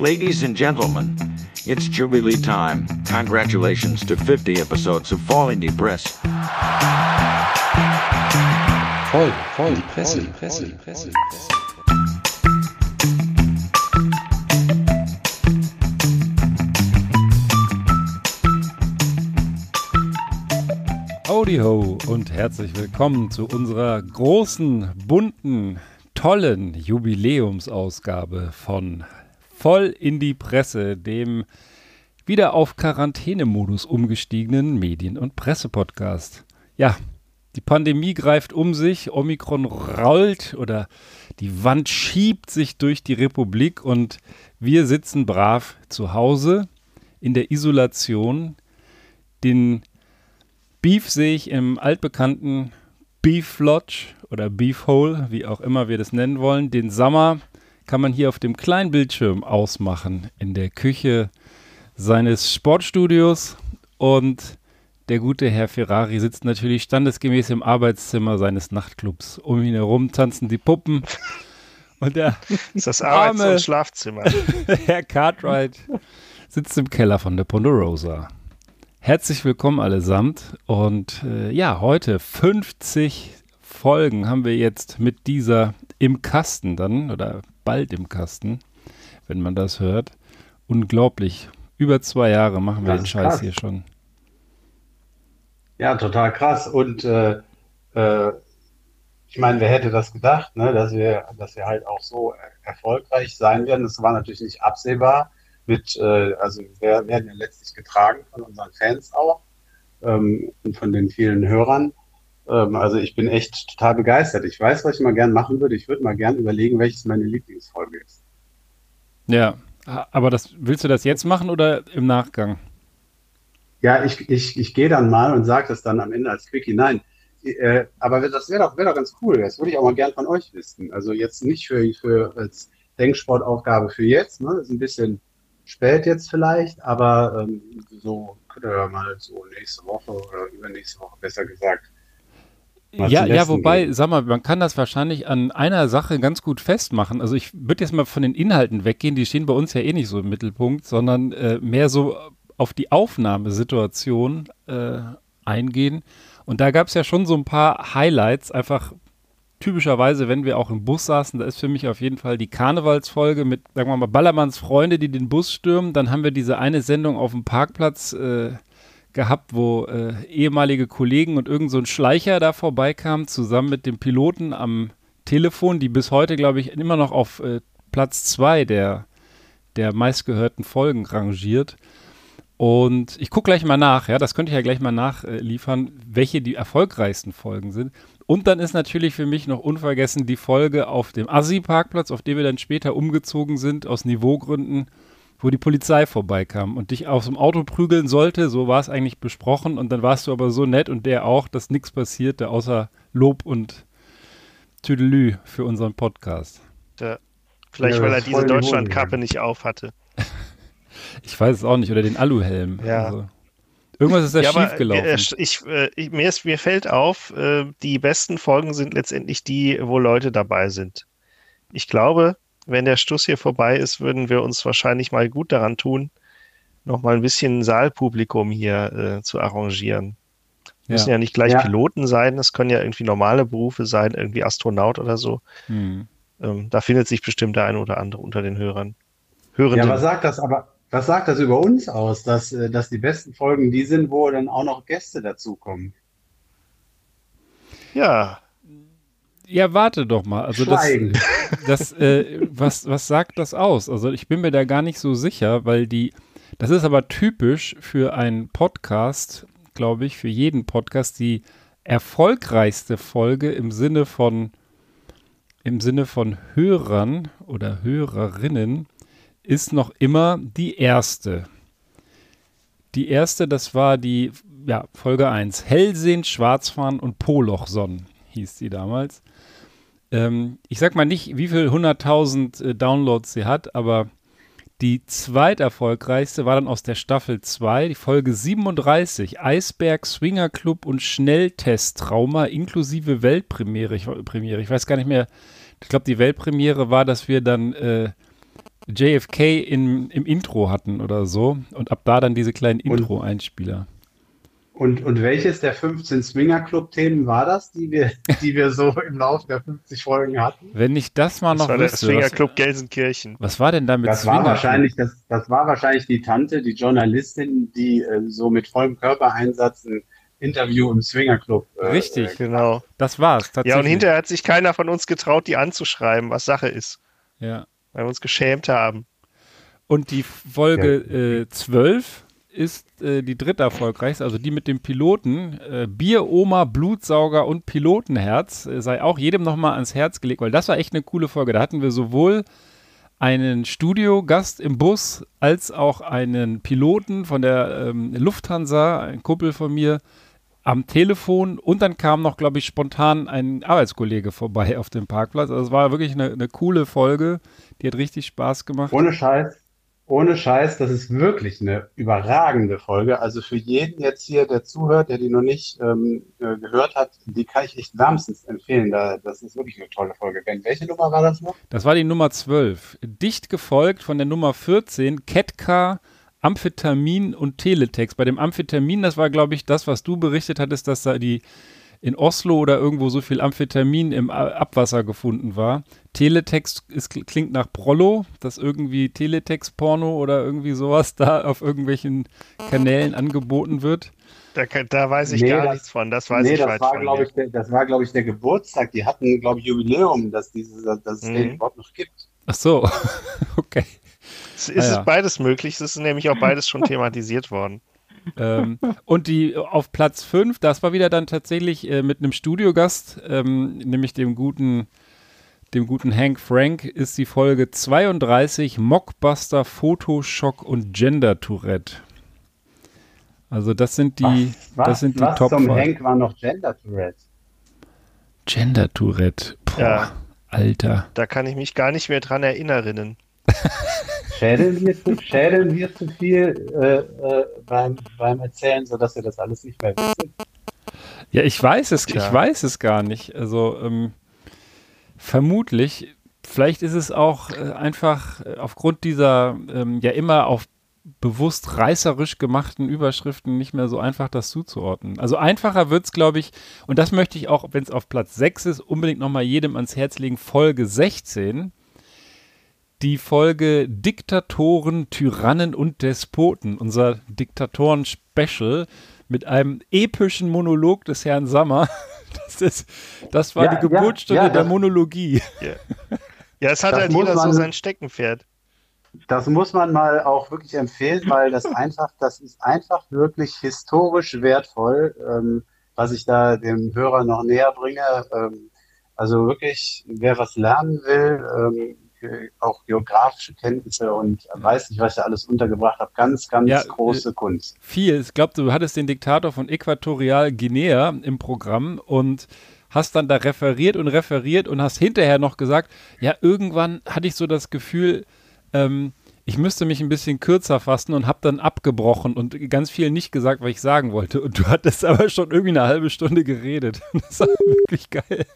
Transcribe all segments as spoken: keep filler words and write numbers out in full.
Ladies and gentlemen, it's Jubilee time. Congratulations to fifty episodes of Voll in die Presse. Voll, voll, die Presse, die Presse, die Presse, die Presse. Howdy ho und herzlich willkommen zu unserer großen, bunten, tollen Jubiläumsausgabe von Voll in die Presse, dem wieder auf Quarantänemodus umgestiegenen Medien- und Pressepodcast. Ja, die Pandemie greift um sich, Omikron rollt oder die Wand schiebt sich durch die Republik und wir sitzen brav zu Hause in der Isolation. Den Beef sehe ich im altbekannten Beef Lodge oder Beef Hole, wie auch immer wir das nennen wollen. Den Sommer kann man hier auf dem kleinen Bildschirm ausmachen in der Küche seines Sportstudios und der gute Herr Ferrari sitzt natürlich standesgemäß im Arbeitszimmer seines Nachtclubs. Um ihn herum tanzen die Puppen und der das ist das Arbeits- arme und Schlafzimmer. Herr Cartwright sitzt im Keller von der Ponderosa. Herzlich willkommen allesamt und äh, ja, heute fünfzig Folgen haben wir jetzt mit dieser im Kasten dann oder bald im Kasten, wenn man das hört. Unglaublich. Über zwei Jahre machen wir Das den ist Scheiß krass. hier schon. Ja, total krass. Und äh, äh, ich meine, wer hätte das gedacht, ne, dass wir, dass wir halt auch so er- erfolgreich sein werden. Das war natürlich nicht absehbar. Mit, äh, also wir werden ja letztlich getragen von unseren Fans auch ähm, und von den vielen Hörern. Ähm, also ich bin echt total begeistert. Ich weiß, was ich mal gern machen würde. Ich würde mal gern überlegen, welches meine Lieblingsfolge ist. Ja, aber das willst du das jetzt machen oder im Nachgang? Ja, ich, ich, ich gehe dann mal und sage das dann am Ende als Quickie. Nein, äh, aber das wäre doch, wär doch ganz cool. Das würde ich auch mal gern von euch wissen. Also jetzt nicht für, für als Denksportaufgabe für jetzt. Ne? Das ist ein bisschen spät jetzt vielleicht, aber ähm, so könnt ihr ja mal so nächste Woche oder übernächste Woche besser gesagt. mal Ja, zum ja, Besten wobei, geben. sag mal, man kann das wahrscheinlich an einer Sache ganz gut festmachen. Also ich würde jetzt mal von den Inhalten weggehen, die stehen bei uns ja eh nicht so im Mittelpunkt, sondern äh, mehr so auf die Aufnahmesituation äh, eingehen. Und da gab es ja schon so ein paar Highlights, einfach typischerweise, wenn wir auch im Bus saßen, da ist für mich auf jeden Fall die Karnevalsfolge mit, sagen wir mal, Ballermanns Freunde, die den Bus stürmen. Dann haben wir diese eine Sendung auf dem Parkplatz äh, gehabt, wo äh, ehemalige Kollegen und irgend so ein Schleicher da vorbeikamen, zusammen mit dem Piloten am Telefon, die bis heute, glaube ich, immer noch auf äh, Platz zwei der, der meistgehörten Folgen rangiert. Und ich gucke gleich mal nach, ja, das könnte ich ja gleich mal nachliefern, welche die erfolgreichsten Folgen sind. Und dann ist natürlich für mich noch unvergessen die Folge auf dem Assi-Parkplatz, auf dem wir dann später umgezogen sind, aus Niveaugründen, wo die Polizei vorbeikam und dich aus dem Auto prügeln sollte, so war es eigentlich besprochen. Und dann warst du aber so nett und der auch, dass nichts passierte, außer Lob und Tüdelü für unseren Podcast. Ja, vielleicht, Ja, weil das er ist diese voll in die Hose Deutschlandkappe nicht auf hatte. Ich weiß es auch nicht, oder den Aluhelm. Ja. Also, irgendwas ist da Ja, aber schiefgelaufen. äh, ich, äh, ich, mir, ist, mir fällt auf, äh, die besten Folgen sind letztendlich die, wo Leute dabei sind. Ich glaube, wenn der Stuss hier vorbei ist, würden wir uns wahrscheinlich mal gut daran tun, noch mal ein bisschen Saalpublikum hier äh, zu arrangieren. Müssen ja nicht gleich Ja. Piloten sein, es können ja irgendwie normale Berufe sein, irgendwie Astronaut oder so. Hm. Ähm, da findet sich bestimmt der eine oder andere unter den Hörern. Ja, Hörenden. was sagt das aber, was sagt das über uns aus, dass, äh, dass die besten Folgen die sind, wo dann auch noch Gäste dazukommen? Ja, Ja, warte doch mal. Also das, Schweigen. das äh, was, was sagt das aus? Also ich bin mir da gar nicht so sicher, weil die, das ist aber typisch für einen Podcast, glaube ich, für jeden Podcast, die erfolgreichste Folge im Sinne von, im Sinne von Hörern oder Hörerinnen ist noch immer die erste. Die erste, das war die, ja, Folge eins. Hellsehen, Schwarzfahren und Polochsonnen hieß die damals. Ähm, ich sag mal nicht, wie viel hunderttausend äh, Downloads sie hat, aber die zweiterfolgreichste war dann aus der Staffel zwei, die Folge siebenunddreißig, Eisberg, Swinger Club und Schnelltest-Trauma inklusive Weltpremiere. Ich, Premiere. Ich weiß gar nicht mehr, ich glaube, die Weltpremiere war, dass wir dann äh, J F K in, im Intro hatten oder so und ab da dann diese kleinen Intro-Einspieler. Und, und welches der fünfzehn Swinger-Club-Themen war das, die wir, die wir so im Laufe der fünfzig Folgen hatten? Wenn ich das mal Das noch war der wüsste, Swinger was, Club Gelsenkirchen. was war denn da mit Das war Swinger? wahrscheinlich, das, das war wahrscheinlich die Tante, die Journalistin, die äh, so mit vollem Körpereinsatz ein Interview im Swinger-Club. Äh, Richtig, Genau. das war's tatsächlich. Ja, und hinterher hat sich keiner von uns getraut, die anzuschreiben, was Sache ist, Ja. weil wir uns geschämt haben. Und die Folge äh, zwölf ist äh, die dritte erfolgreichste, also die mit dem Piloten. Äh, Bier, Oma, Blutsauger und Pilotenherz äh, sei auch jedem nochmal ans Herz gelegt, weil das war echt eine coole Folge. Da hatten wir sowohl einen Studiogast im Bus als auch einen Piloten von der ähm, Lufthansa, ein Kumpel von mir, am Telefon und dann kam noch, glaube ich, spontan ein Arbeitskollege vorbei auf dem Parkplatz. Also es war wirklich eine, eine coole Folge, die hat richtig Spaß gemacht. Ohne Scheiß, ohne Scheiß, das ist wirklich eine überragende Folge. Also für jeden jetzt hier, der zuhört, der die noch nicht ähm, äh, gehört hat, die kann ich echt wärmstens empfehlen. Da, das ist wirklich eine tolle Folge. Ben, welche Nummer war das noch? Das war die Nummer zwölf. Dicht gefolgt von der Nummer vierzehn, Ketka, Amphetamin und Teletext. Bei dem Amphetamin, das war, glaube ich, das, was du berichtet hattest, dass da die in Oslo oder irgendwo so viel Amphetamin im A- Abwasser gefunden war. Teletext ist, klingt nach Prollo, dass irgendwie Teletext-Porno oder irgendwie sowas da auf irgendwelchen Kanälen angeboten wird. Da, kann- da weiß ich Nee, gar das- nichts von. Das weiß Nee, ich das weit war, von glaube nicht. ich, der, das war, glaube ich, der Geburtstag. Die hatten, glaube ich, Jubiläum, dass, diese, dass es Mhm. den überhaupt noch gibt. Ach so, okay. Es ist Ah, ja. es beides möglich. Es ist nämlich auch beides schon thematisiert worden. ähm, und die auf Platz fünf, das war wieder dann tatsächlich äh, mit einem Studiogast, ähm, nämlich dem guten, dem guten Hank Frank, ist die Folge zweiunddreißig, Mockbuster, Photoshock und Gender Tourette. Also das sind die, was, das sind die was Top zum Folgen. Henk war noch Gender Tourette. Gender Tourette, boah, Ja. Alter. Da kann ich mich gar nicht mehr dran erinnern. Schädeln wir zu, schädeln wir zu viel äh, äh, beim, beim Erzählen, sodass wir das alles nicht mehr wissen? Ja, ich weiß es, Tja. ich weiß es gar nicht. Also ähm, vermutlich, vielleicht ist es auch äh, einfach äh, aufgrund dieser ähm, ja immer auf bewusst reißerisch gemachten Überschriften nicht mehr so einfach, das zuzuordnen. Also einfacher wird es, glaube ich, und das möchte ich auch, wenn es auf Platz sechs ist, unbedingt nochmal jedem ans Herz legen, Folge sechzehn. Die Folge Diktatoren, Tyrannen und Despoten, unser Diktatoren-Special mit einem epischen Monolog des Herrn Sammer. Das, ist, das war Ja, die Geburtsstunde ja, ja, der das- Monologie. Ja, es hat Das halt muss jeder so man- sein Steckenpferd. Das muss man mal auch wirklich empfehlen, weil das einfach, das ist einfach wirklich historisch wertvoll, ähm, was ich da dem Hörer noch näher bringe. Ähm, also wirklich, wer was lernen will, ähm, ge- auch geografische Kenntnisse und weiß nicht, was ich da alles untergebracht habe, ganz, ganz Ja, große Kunst. Viel. Ich glaube, du hattest den Diktator von Äquatorial Guinea im Programm und hast dann da referiert und referiert und hast hinterher noch gesagt, ja, irgendwann hatte ich so das Gefühl, ähm, ich müsste mich ein bisschen kürzer fassen und habe dann abgebrochen und ganz viel nicht gesagt, was ich sagen wollte. Und du hattest aber schon irgendwie eine halbe Stunde geredet. Das war wirklich geil.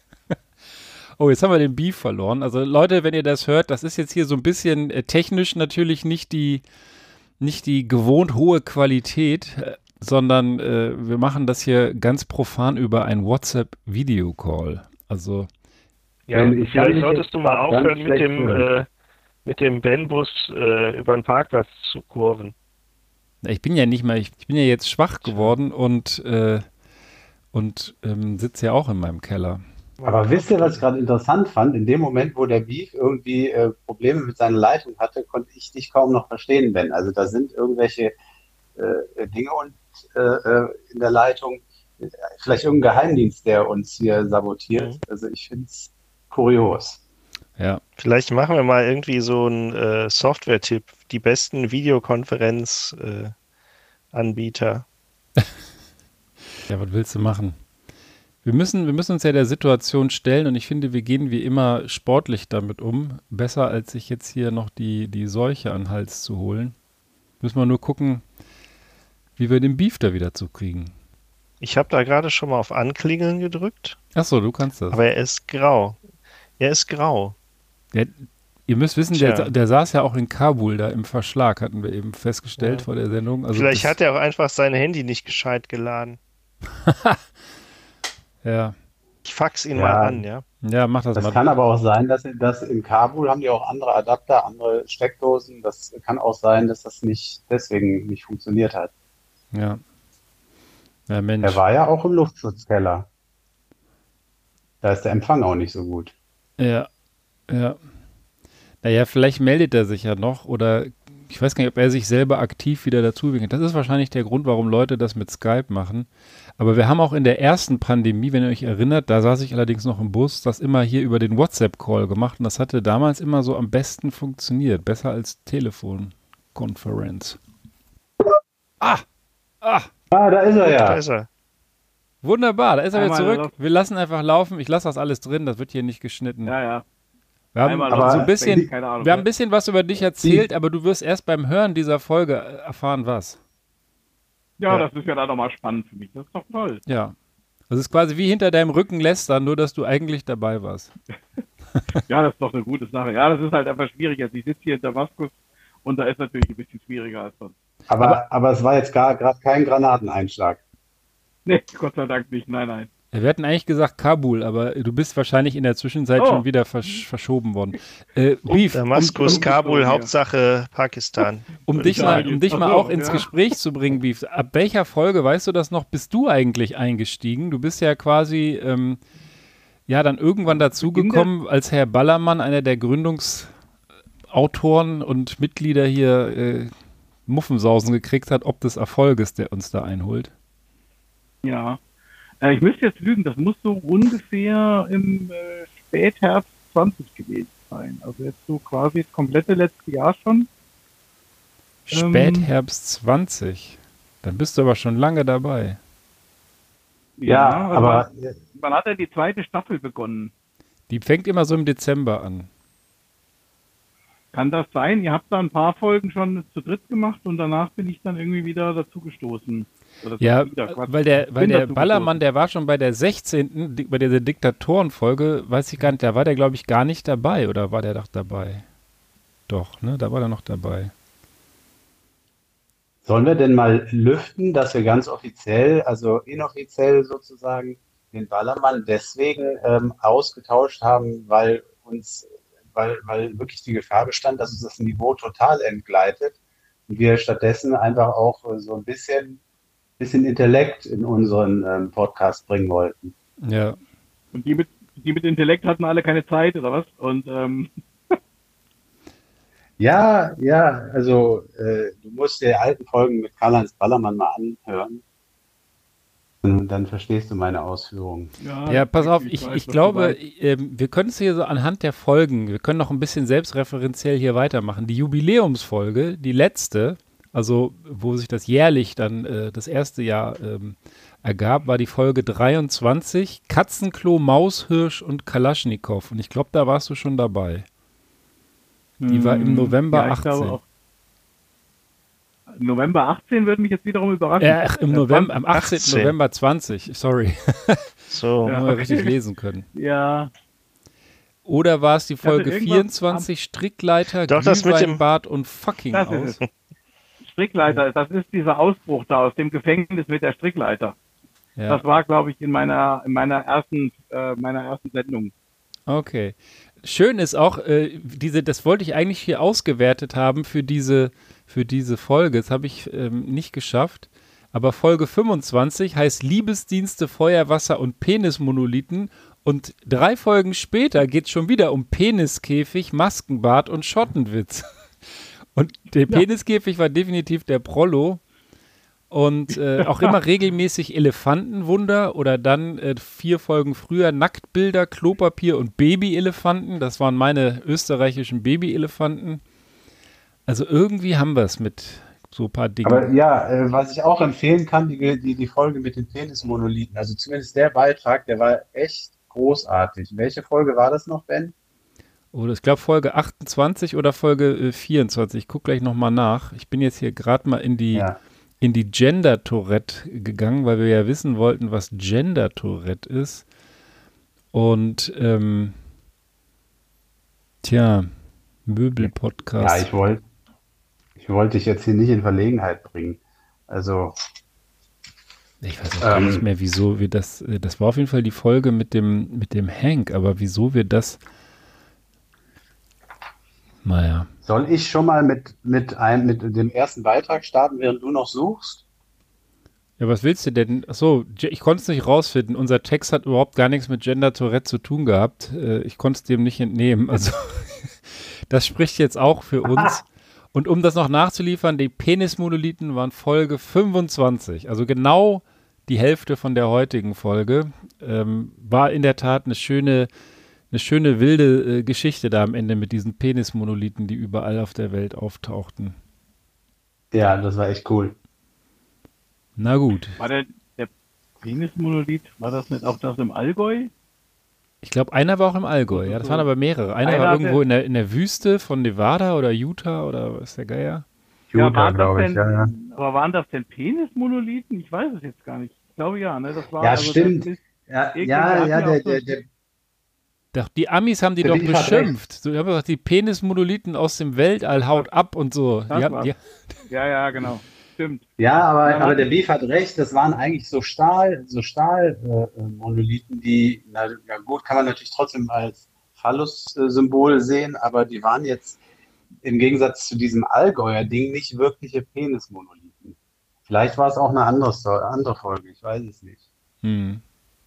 Oh, jetzt haben wir den Beef verloren. Also Leute, wenn ihr das hört, das ist jetzt hier so ein bisschen äh, technisch natürlich nicht die, nicht die gewohnt hohe Qualität, äh, sondern äh, wir machen das hier ganz profan über ein WhatsApp-Video-Call. Also Ja, Ähm, ich kann vielleicht mich solltest jetzt du mal ganz aufhören, mit schlecht dem, hören. äh, mit dem Ben-Bus äh, über den Parkplatz zu kurven. ich bin ja nicht mal, ich, ich bin ja jetzt schwach geworden und, äh, und ähm, sitze ja auch in meinem Keller. Aber wisst ihr, was ich gerade interessant fand? In dem Moment, wo der Beef irgendwie äh, Probleme mit seiner Leitung hatte, konnte ich dich kaum noch verstehen, Ben. Also da sind irgendwelche äh, Dinge und, äh, äh, in der Leitung, vielleicht irgendein Geheimdienst, der uns hier sabotiert. Mhm. Also ich finde es kurios. Ja, Vielleicht machen wir mal irgendwie so einen äh, Software-Tipp. Die besten Videokonferenz-Anbieter. ja, was willst du machen? Wir müssen, wir müssen uns ja der Situation stellen und ich finde, wir gehen wie immer sportlich damit um. Besser, als sich jetzt hier noch die, die Seuche an den Hals zu holen. Müssen wir nur gucken, wie wir den Beef da wieder zukriegen. Ich habe da gerade schon mal auf Anklingeln gedrückt, Achso, du kannst das. aber er ist grau. Er ist grau. Ja, Ihr müsst wissen, der, Tja. der saß ja auch in Kabul da im Verschlag, hatten wir eben festgestellt Ja. vor der Sendung. Also Vielleicht das, hat er auch einfach sein Handy nicht gescheit geladen. ja, Ich fax ihn Ja. mal an, ja. ja, mach das, Das mal. kann aber auch sein, dass, dass in Kabul haben die auch andere Adapter, andere Steckdosen. Das kann auch sein, dass das nicht deswegen nicht funktioniert hat. Ja. Ja, Mensch. Er war ja auch im Luftschutzkeller. Da ist der Empfang auch nicht so gut. Ja, ja. Naja, vielleicht meldet er sich ja noch oder ich weiß gar nicht, ob er sich selber aktiv wieder dazu winkt. Das ist wahrscheinlich der Grund, warum Leute das mit Skype machen. Aber wir haben auch in der ersten Pandemie, wenn ihr euch erinnert, da saß ich allerdings noch im Bus, das immer hier über den WhatsApp-Call gemacht und das hatte damals immer so am besten funktioniert. Besser als Telefonkonferenz. Ah! Ah! Ah, da ist er Da ja. ist er. Wunderbar, da ist er wieder Einmal zurück. noch. Wir lassen einfach laufen. Ich lasse das alles drin, das wird hier nicht geschnitten. Ja, ja. Wir haben Einmal so noch. ein bisschen, Keine Ahnung. wir haben ein bisschen was über dich erzählt, aber du wirst erst beim Hören dieser Folge erfahren, was. Ja, das ist ja dann nochmal spannend für mich. Das ist doch toll. Ja. Das ist quasi wie hinter deinem Rücken lästern, nur dass du eigentlich dabei warst. Ja, das ist doch eine gute Sache. Ja, das ist halt einfach schwierig. Also ich sitze hier in Damaskus und da ist natürlich ein bisschen schwieriger als sonst. Aber, aber es war jetzt gar gerade kein Granateneinschlag. Nee, Gott sei Dank nicht. Nein, nein. Wir hatten eigentlich gesagt Kabul, aber du bist wahrscheinlich in der Zwischenzeit Oh. schon wieder versch verschoben worden. Äh, Beef, Damaskus, um- Kabul, ja. Hauptsache Pakistan. um würde dich ich mal, sagen. um dich Ach mal so, auch ins ja. Gespräch zu bringen, Beef, ab welcher Folge, weißt du das noch, bist du eigentlich eingestiegen? Du bist ja quasi, ähm, ja, dann irgendwann dazugekommen, als Herr Ballermann, einer der Gründungsautoren und Mitglieder hier, äh, Muffensausen gekriegt hat, ob des Erfolges, der uns da einholt. Ja. Äh, ich müsste jetzt lügen, das muss so ungefähr im äh, Spätherbst zwanzig gewesen sein. Also jetzt so quasi das komplette letzte Jahr schon. Ähm. Spätherbst zwanzig. Dann bist du aber schon lange dabei. Ja, also aber wann hat er die zweite Staffel begonnen? Die fängt immer so im Dezember an. Kann das sein? Ihr habt da ein paar Folgen schon zu dritt gemacht und danach bin ich dann irgendwie wieder dazu gestoßen. Oder Ja, wieder, Quatsch. weil der, weil Bin der dazu Ballermann, der war schon bei der sechzehnten, Di- bei der Diktatorenfolge, weiß ich gar nicht, da war der, glaube ich, gar nicht dabei, oder war der doch dabei? Doch, ne, da war der noch dabei. sollen wir denn mal lüften, dass wir ganz offiziell, also inoffiziell sozusagen, den Ballermann deswegen ähm, ausgetauscht haben, weil uns, weil, weil wirklich die Gefahr bestand, dass uns das Niveau total entgleitet und wir stattdessen einfach auch äh, so ein bisschen, bisschen Intellekt in unseren ähm, Podcast bringen wollten. Ja, Und die mit, die mit Intellekt hatten alle keine Zeit, oder was? Und ähm, Ja, ja, also äh, du musst dir alten Folgen mit Karl-Heinz Ballermann mal anhören. Und dann verstehst du meine Ausführungen. ja, pass auf, ich, weiß, ich was glaube, du meinst. ähm, wir können es hier so anhand der Folgen, wir können noch ein bisschen selbstreferenziell hier weitermachen. Die Jubiläumsfolge, die letzte, also wo sich das jährlich dann äh, das erste Jahr ähm, ergab, war die Folge dreiundzwanzig, Katzenklo, Maushirsch und Kalaschnikow. Und ich glaube, da warst du schon dabei. Die war im November ja, ich glaube achtzehn. auch. November achtzehn würde mich jetzt wiederum überraschen. Äh, ach, im Äh, November, am achtzehnten achtzehn. November zwanzig, sorry, So. Ja. haben wir richtig lesen können. Ja, Oder war es die Folge irgendwas vierundzwanzig, Strickleiter, Doch, das mit dem- Glühweinbad und fucking das aus? ist es. Strickleiter, das ist dieser Ausbruch da aus dem Gefängnis mit der Strickleiter. Ja, Das war, glaube ich, in meiner, in meiner ersten, äh, meiner ersten Sendung. okay. Schön ist auch, äh, diese, das wollte ich eigentlich hier ausgewertet haben für diese, für diese Folge. Das habe ich ähm, nicht geschafft. Aber Folge fünfundzwanzig heißt Liebesdienste, Feuerwasser und Penismonolithen. Und drei Folgen später geht es schon wieder um Peniskäfig, Maskenbad und Schottenwitz. Und der Peniskäfig war definitiv der Prollo. Und äh, auch immer regelmäßig Elefantenwunder oder dann äh, vier Folgen früher Nacktbilder, Klopapier und Babyelefanten. Das waren meine österreichischen Babyelefanten. Also irgendwie haben wir es mit so ein paar Dingen. Aber ja, äh, was ich auch empfehlen kann, die, die, die Folge mit den Penismonolithen, also zumindest der Beitrag, der war echt großartig. Welche Folge war das noch, Ben? Oder ich glaube Folge achtundzwanzig oder Folge äh, vierundzwanzig. Ich gucke gleich nochmal nach. Ich bin jetzt hier gerade mal in die, Ja. in die Gender-Tourette gegangen, weil wir ja wissen wollten, was Gender-Tourette ist. Und ähm, tja, Möbel-Podcast. Ja, ich wollte ich wollte dich jetzt hier nicht in Verlegenheit bringen. Also, Ich weiß auch gar nicht ähm, mehr, wieso wir das, äh, das war auf jeden Fall die Folge mit dem, mit dem Hank, aber wieso wir das, naja. soll ich schon mal mit, mit, einem, mit dem ersten Beitrag starten, während du noch suchst? Ja, was willst du denn? Achso, Ge- ich konnte es nicht rausfinden. Unser Text hat überhaupt gar nichts mit Gender Tourette zu tun gehabt. Äh, ich konnte es dem nicht entnehmen. Also, das spricht jetzt auch für uns. Und um das noch nachzuliefern, die Penismonolithen waren Folge fünfundzwanzig. Also genau die Hälfte von der heutigen Folge. Ähm, war in der Tat eine schöne, eine schöne wilde äh, Geschichte da am Ende mit diesen Penismonolithen, die überall auf der Welt auftauchten. Ja, das war echt cool. Na gut. War der, der Penismonolith, war das nicht auch das im Allgäu? Ich glaube, einer war auch im Allgäu, ja. Das waren aber mehrere. Einer Einer war hatte- irgendwo in der, in der Wüste von Nevada oder Utah oder was ist der Geier? Utah, waren das glaube ich, denn, ja, ja. Aber waren das denn Penismonolithen? Ich weiß es jetzt gar nicht. Ich glaube ja, ne? Das war Ja, also stimmt. Das ist, Ja, Irgendwie ja, hatten ja, die der, auch so- der, der, Doch, die Amis haben die Der doch Beef hat beschimpft. So, die haben gesagt, die Penismonolithen aus dem Weltall haut ab und so. Das Die haben, war's. die, ja, ja, genau. Stimmt. ja, aber, Ja, aber warte. der Beef hat recht, das waren eigentlich so Stahl, so Stahlmonolithen, die, na ja gut, kann man natürlich trotzdem als Phallus-Symbol sehen, aber die waren jetzt im Gegensatz zu diesem Allgäuer Ding nicht wirkliche Penismonolithen. Vielleicht war es auch eine andere, Sto- andere Folge, ich weiß es nicht. hm.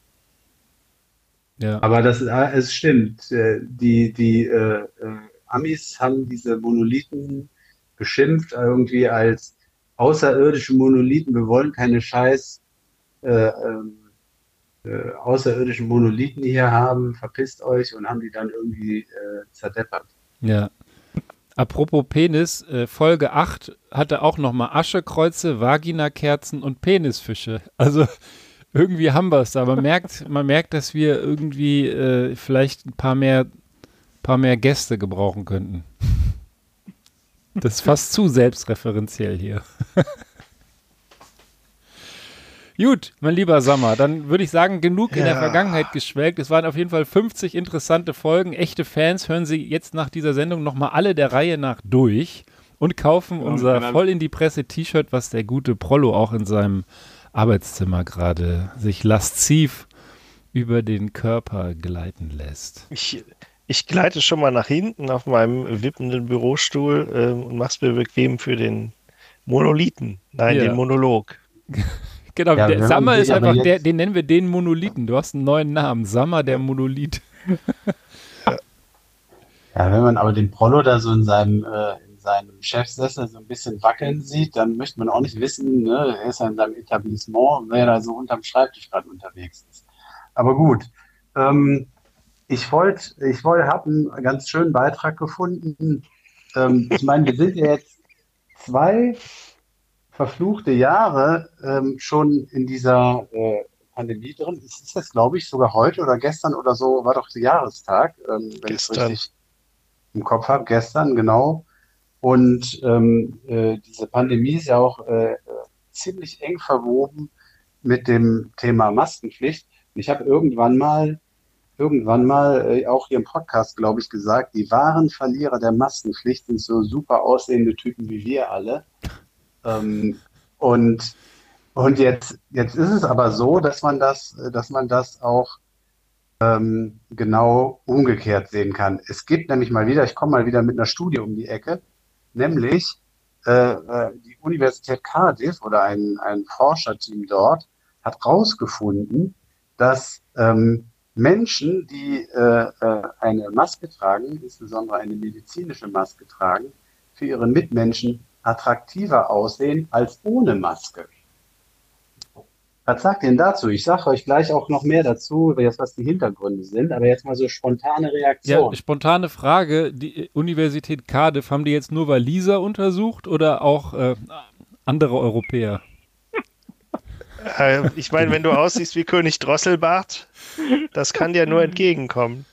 Ja. Aber das, äh, es stimmt, äh, die, die äh, äh, Amis haben diese Monolithen beschimpft irgendwie als außerirdische Monolithen. Wir wollen keine scheiß äh, ähm, äh, außerirdischen Monolithen hier haben, verpisst euch, und haben die dann irgendwie äh, zerdeppert. Ja. Apropos Penis, äh, Folge acht hatte auch nochmal Aschekreuze, Vaginakerzen und Penisfische. Also irgendwie haben wir es da. Man merkt, man merkt, dass wir irgendwie äh, vielleicht ein paar mehr, paar mehr Gäste gebrauchen könnten. Das ist fast zu selbstreferenziell hier. Gut, mein lieber Sammer, dann würde ich sagen, genug in der Ja. Vergangenheit geschwelgt. Es waren auf jeden Fall fünfzig interessante Folgen. Echte Fans hören Sie jetzt nach dieser Sendung nochmal alle der Reihe nach durch und kaufen Ja, unser und dann- voll in die Presse T-Shirt, was der gute Prollo auch in seinem Arbeitszimmer gerade sich lasziv über den Körper gleiten lässt. Ich, ich gleite schon mal nach hinten auf meinem wippenden Bürostuhl ähm, und mach's mir bequem für den Monolithen. Nein, Ja. den Monolog. Genau, Ja, der wenn man Sammer sich ist aber einfach, der, jetzt- den nennen wir den Monolithen. Du hast einen neuen Namen, Sammer der Monolith. Ja, wenn man aber den Prollo da so in seinem, äh, in seinem Chefsessel so ein bisschen wackeln sieht, dann möchte man auch nicht wissen, ne, er ist ja in seinem Etablissement, wer da so unterm Schreibtisch gerade unterwegs ist. Aber gut, ähm, ich wollte, ich wollte, habe einen ganz schönen Beitrag gefunden. Ähm, ich meine, wir sind ja jetzt zwei verfluchte Jahre ähm, schon in dieser äh, Pandemie drin. Es ist jetzt, glaube ich, sogar heute oder gestern oder so, war doch der Jahrestag, ähm, wenn ich es Gestern. richtig im Kopf habe, gestern, genau. Und ähm, äh, diese Pandemie ist ja auch äh, äh, ziemlich eng verwoben mit dem Thema Maskenpflicht. Und ich habe irgendwann mal, irgendwann mal äh, auch hier im Podcast, glaube ich, gesagt, die wahren Verlierer der Maskenpflicht sind so super aussehende Typen wie wir alle. Ähm, und und jetzt, jetzt ist es aber so, dass man das, äh, dass man das auch ähm, genau umgekehrt sehen kann. Es gibt nämlich mal wieder, ich komme mal wieder mit einer Studie um die Ecke, nämlich äh, äh, die Universität Cardiff oder ein, ein Forscherteam dort hat herausgefunden, dass ähm, Menschen, die äh, äh, eine Maske tragen, insbesondere eine medizinische Maske tragen, für ihre Mitmenschen attraktiver aussehen als ohne Maske. Was sagt ihr denn dazu? Ich sage euch gleich auch noch mehr dazu, jetzt was die Hintergründe sind, aber jetzt mal so spontane Ja, Reaktion. spontane Frage. Die Universität Cardiff, haben die jetzt nur Waliser untersucht oder auch äh, andere Europäer? Äh, ich meine, wenn du aussiehst wie König Drosselbart, das kann dir nur entgegenkommen.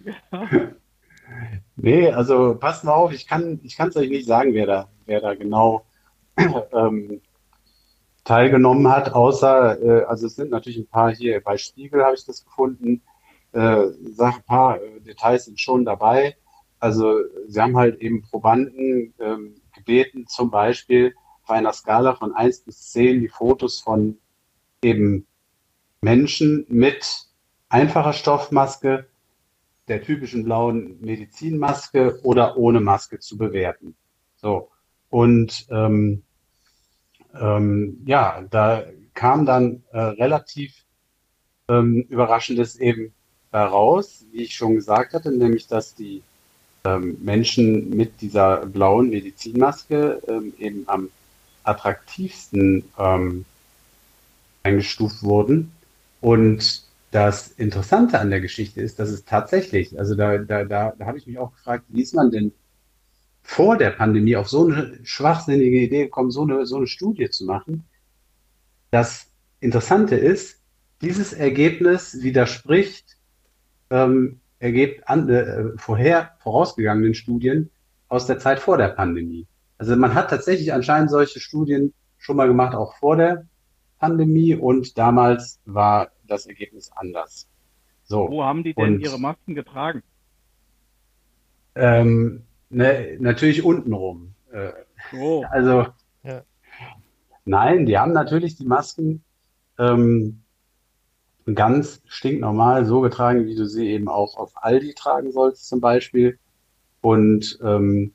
Nee, also passt mal auf, ich kann ich kann es euch nicht sagen, wer da, wer da genau ähm, teilgenommen hat, außer, äh, also es sind natürlich ein paar hier, bei Spiegel habe ich das gefunden, äh, sag, ein paar äh, Details sind schon dabei. also sie haben halt eben Probanden ähm, gebeten, zum Beispiel auf einer Skala von eins bis zehn die Fotos von eben Menschen mit einfacher Stoffmaske, der typischen blauen Medizinmaske oder ohne Maske zu bewerten. So. Und ähm, ähm, ja, da kam dann äh, relativ ähm, Überraschendes eben heraus, wie ich schon gesagt hatte, nämlich dass die ähm, Menschen mit dieser blauen Medizinmaske ähm, eben am attraktivsten ähm, eingestuft wurden. Und das Interessante an der Geschichte ist, dass es tatsächlich, also da, da, da, da habe ich mich auch gefragt, wie ist man denn vor der Pandemie auf so eine schwachsinnige Idee gekommen, so eine, so eine Studie zu machen? Das Interessante ist, dieses Ergebnis widerspricht ähm, ergebt an, äh, vorher vorausgegangenen Studien aus der Zeit vor der Pandemie. Also man hat tatsächlich anscheinend solche Studien schon mal gemacht, auch vor der Pandemie, und damals war das Ergebnis anders. So, Wo haben die denn und ihre Masken getragen? ähm, ne, natürlich untenrum. Äh, Oh, also Ja. nein, die haben natürlich die Masken ähm, ganz stinknormal so getragen, wie du sie eben auch auf Aldi tragen sollst zum Beispiel. Und ähm,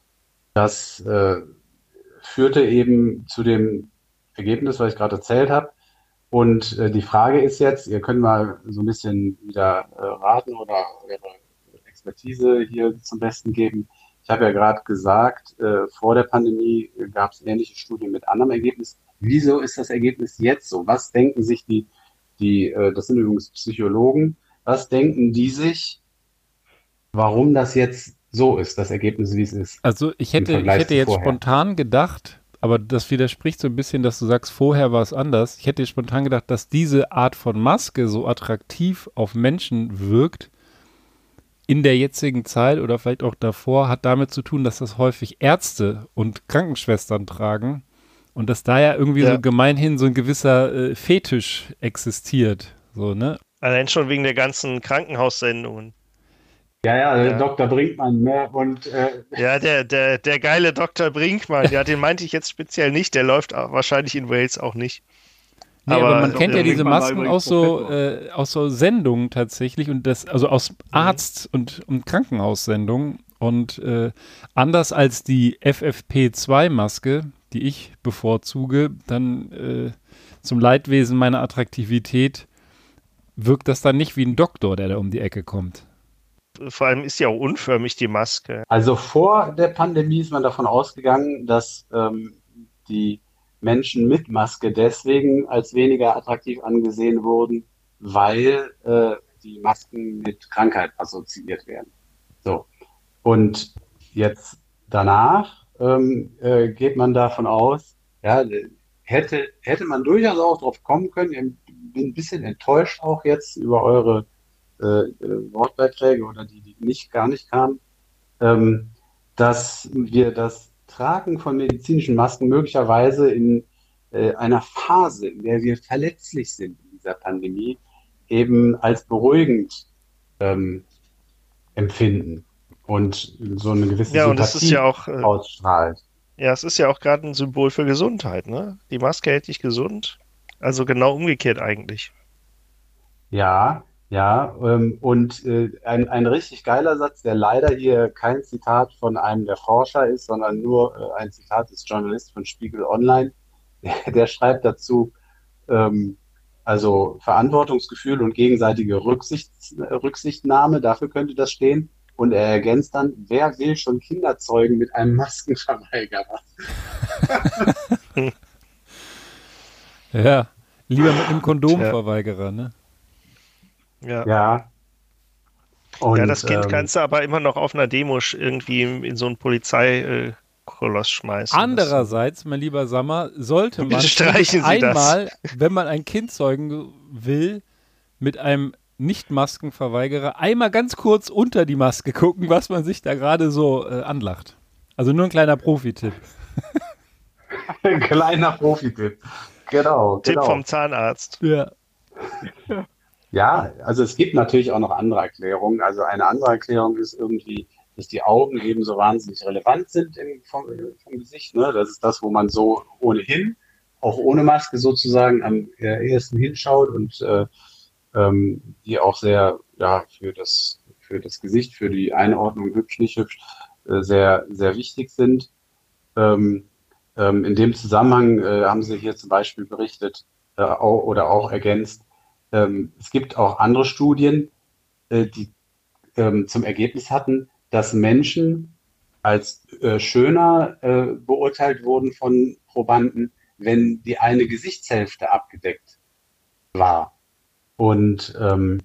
das äh, führte eben zu dem Ergebnis, was ich gerade erzählt habe. Und äh, die Frage ist jetzt, ihr könnt mal so ein bisschen wieder äh, raten oder eure Expertise hier zum Besten geben. Ich habe ja gerade gesagt, äh, vor der Pandemie gab es ähnliche Studien mit anderem Ergebnis. Wieso ist das Ergebnis jetzt so? Was denken sich die, die, äh, das sind übrigens Psychologen, was denken die sich, warum das jetzt so ist, das Ergebnis, wie es ist? Also ich Im hätte, ich Vergleich hätte zu jetzt vorher. spontan gedacht, aber das widerspricht so ein bisschen, dass du sagst, vorher war es anders. Ich hätte spontan gedacht, dass diese Art von Maske so attraktiv auf Menschen wirkt, in der jetzigen Zeit oder vielleicht auch davor, hat damit zu tun, dass das häufig Ärzte und Krankenschwestern tragen und dass da ja irgendwie Ja. so gemeinhin so ein gewisser äh, Fetisch existiert. So, ne? Allein schon wegen der ganzen Krankenhaussendungen. Ja, ja, Ja. Doktor Brinkmann, ne? Und äh, Ja, der, der, der geile Doktor Brinkmann, ja, den meinte ich jetzt speziell nicht, der läuft auch, wahrscheinlich in Wales auch nicht. Nee, aber, Aber, man kennt ja äh, diese Brinkmann war Masken übrigens aus so, Professor. äh, aus so Sendungen tatsächlich und das, also aus Arzt- und, und Krankenhaussendungen. Und äh, anders als die F F P zwei Maske, die ich bevorzuge, dann äh, zum Leidwesen meiner Attraktivität, wirkt das dann nicht wie ein Doktor, der da um die Ecke kommt. Vor allem ist ja auch unförmig, die Maske. also vor der Pandemie ist man davon ausgegangen, dass ähm, die Menschen mit Maske deswegen als weniger attraktiv angesehen wurden, weil äh, die Masken mit Krankheit assoziiert werden. So. Und jetzt danach ähm, äh, geht man davon aus, ja, hätte, hätte man durchaus auch drauf kommen können. Ich bin ein bisschen enttäuscht auch jetzt über eure äh, äh, Wortbeiträge oder die, die nicht gar nicht kamen, ähm, dass wir das Tragen von medizinischen Masken möglicherweise in äh, einer Phase, in der wir verletzlich sind in dieser Pandemie, eben als beruhigend ähm, empfinden und so eine gewisse Ja, und das ist Sympathie ja auch, äh, ausstrahlt. ja, es ist ja auch gerade ein Symbol für Gesundheit, ne? Die Maske hält dich gesund. Also genau umgekehrt eigentlich. Ja, ja, ähm, und äh, ein, ein richtig geiler Satz, der leider hier kein Zitat von einem der Forscher ist, sondern nur äh, ein Zitat des Journalisten von Spiegel Online. Der, der schreibt dazu, ähm, also Verantwortungsgefühl und gegenseitige Rücksicht, Rücksichtnahme, dafür könnte das stehen. Und er ergänzt dann, wer will schon Kinder zeugen mit einem Maskenverweigerer? Ja, lieber mit einem Kondomverweigerer, ne? Ja. Ja, und Ja, das Kind ähm, kannst du aber immer noch auf einer Demo sch- irgendwie in, in so einen Polizeikoloss schmeißen. Andererseits, mein lieber Sammer, sollte man Bitte streichen Sie das. einmal, wenn man ein Kind zeugen will, mit einem Nicht-Maskenverweigerer einmal ganz kurz unter die Maske gucken, was man sich da gerade so äh, anlacht. Also nur ein kleiner Profi-Tipp. ein kleiner Profi-Tipp. Genau, Tipp genau. vom Zahnarzt. Ja. Ja, also es gibt natürlich auch noch andere Erklärungen. Also eine andere Erklärung ist irgendwie, dass die Augen eben so wahnsinnig relevant sind im, vom, vom Gesicht. Ne? Das ist das, wo man so ohnehin, auch ohne Maske sozusagen, am ehesten hinschaut und äh, ähm, die auch sehr, ja, für das, für das Gesicht, für die Einordnung hübsch, nicht hübsch, äh, sehr, sehr wichtig sind. Ähm, ähm, in dem Zusammenhang äh, haben Sie hier zum Beispiel berichtet äh, auch, oder auch ergänzt, ähm, es gibt auch andere Studien, äh, die ähm, zum Ergebnis hatten, dass Menschen als äh, schöner äh, beurteilt wurden von Probanden, wenn die eine Gesichtshälfte abgedeckt war. Und ähm,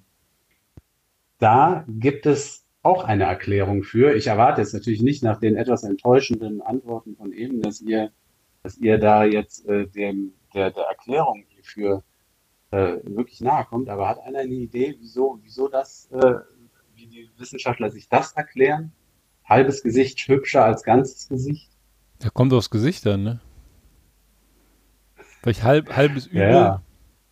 da gibt es auch eine Erklärung für. Ich erwarte jetzt natürlich nicht nach den etwas enttäuschenden Antworten von eben, dass ihr, dass ihr da jetzt äh, dem, der, der Erklärung hierfür äh, wirklich nahe kommt, aber hat einer eine Idee, wieso, wieso das, äh, wie die Wissenschaftler sich das erklären? Halbes Gesicht hübscher als ganzes Gesicht? Da kommt aufs Gesicht an, ne? Vielleicht halb, halbes Übel. Ja, ja.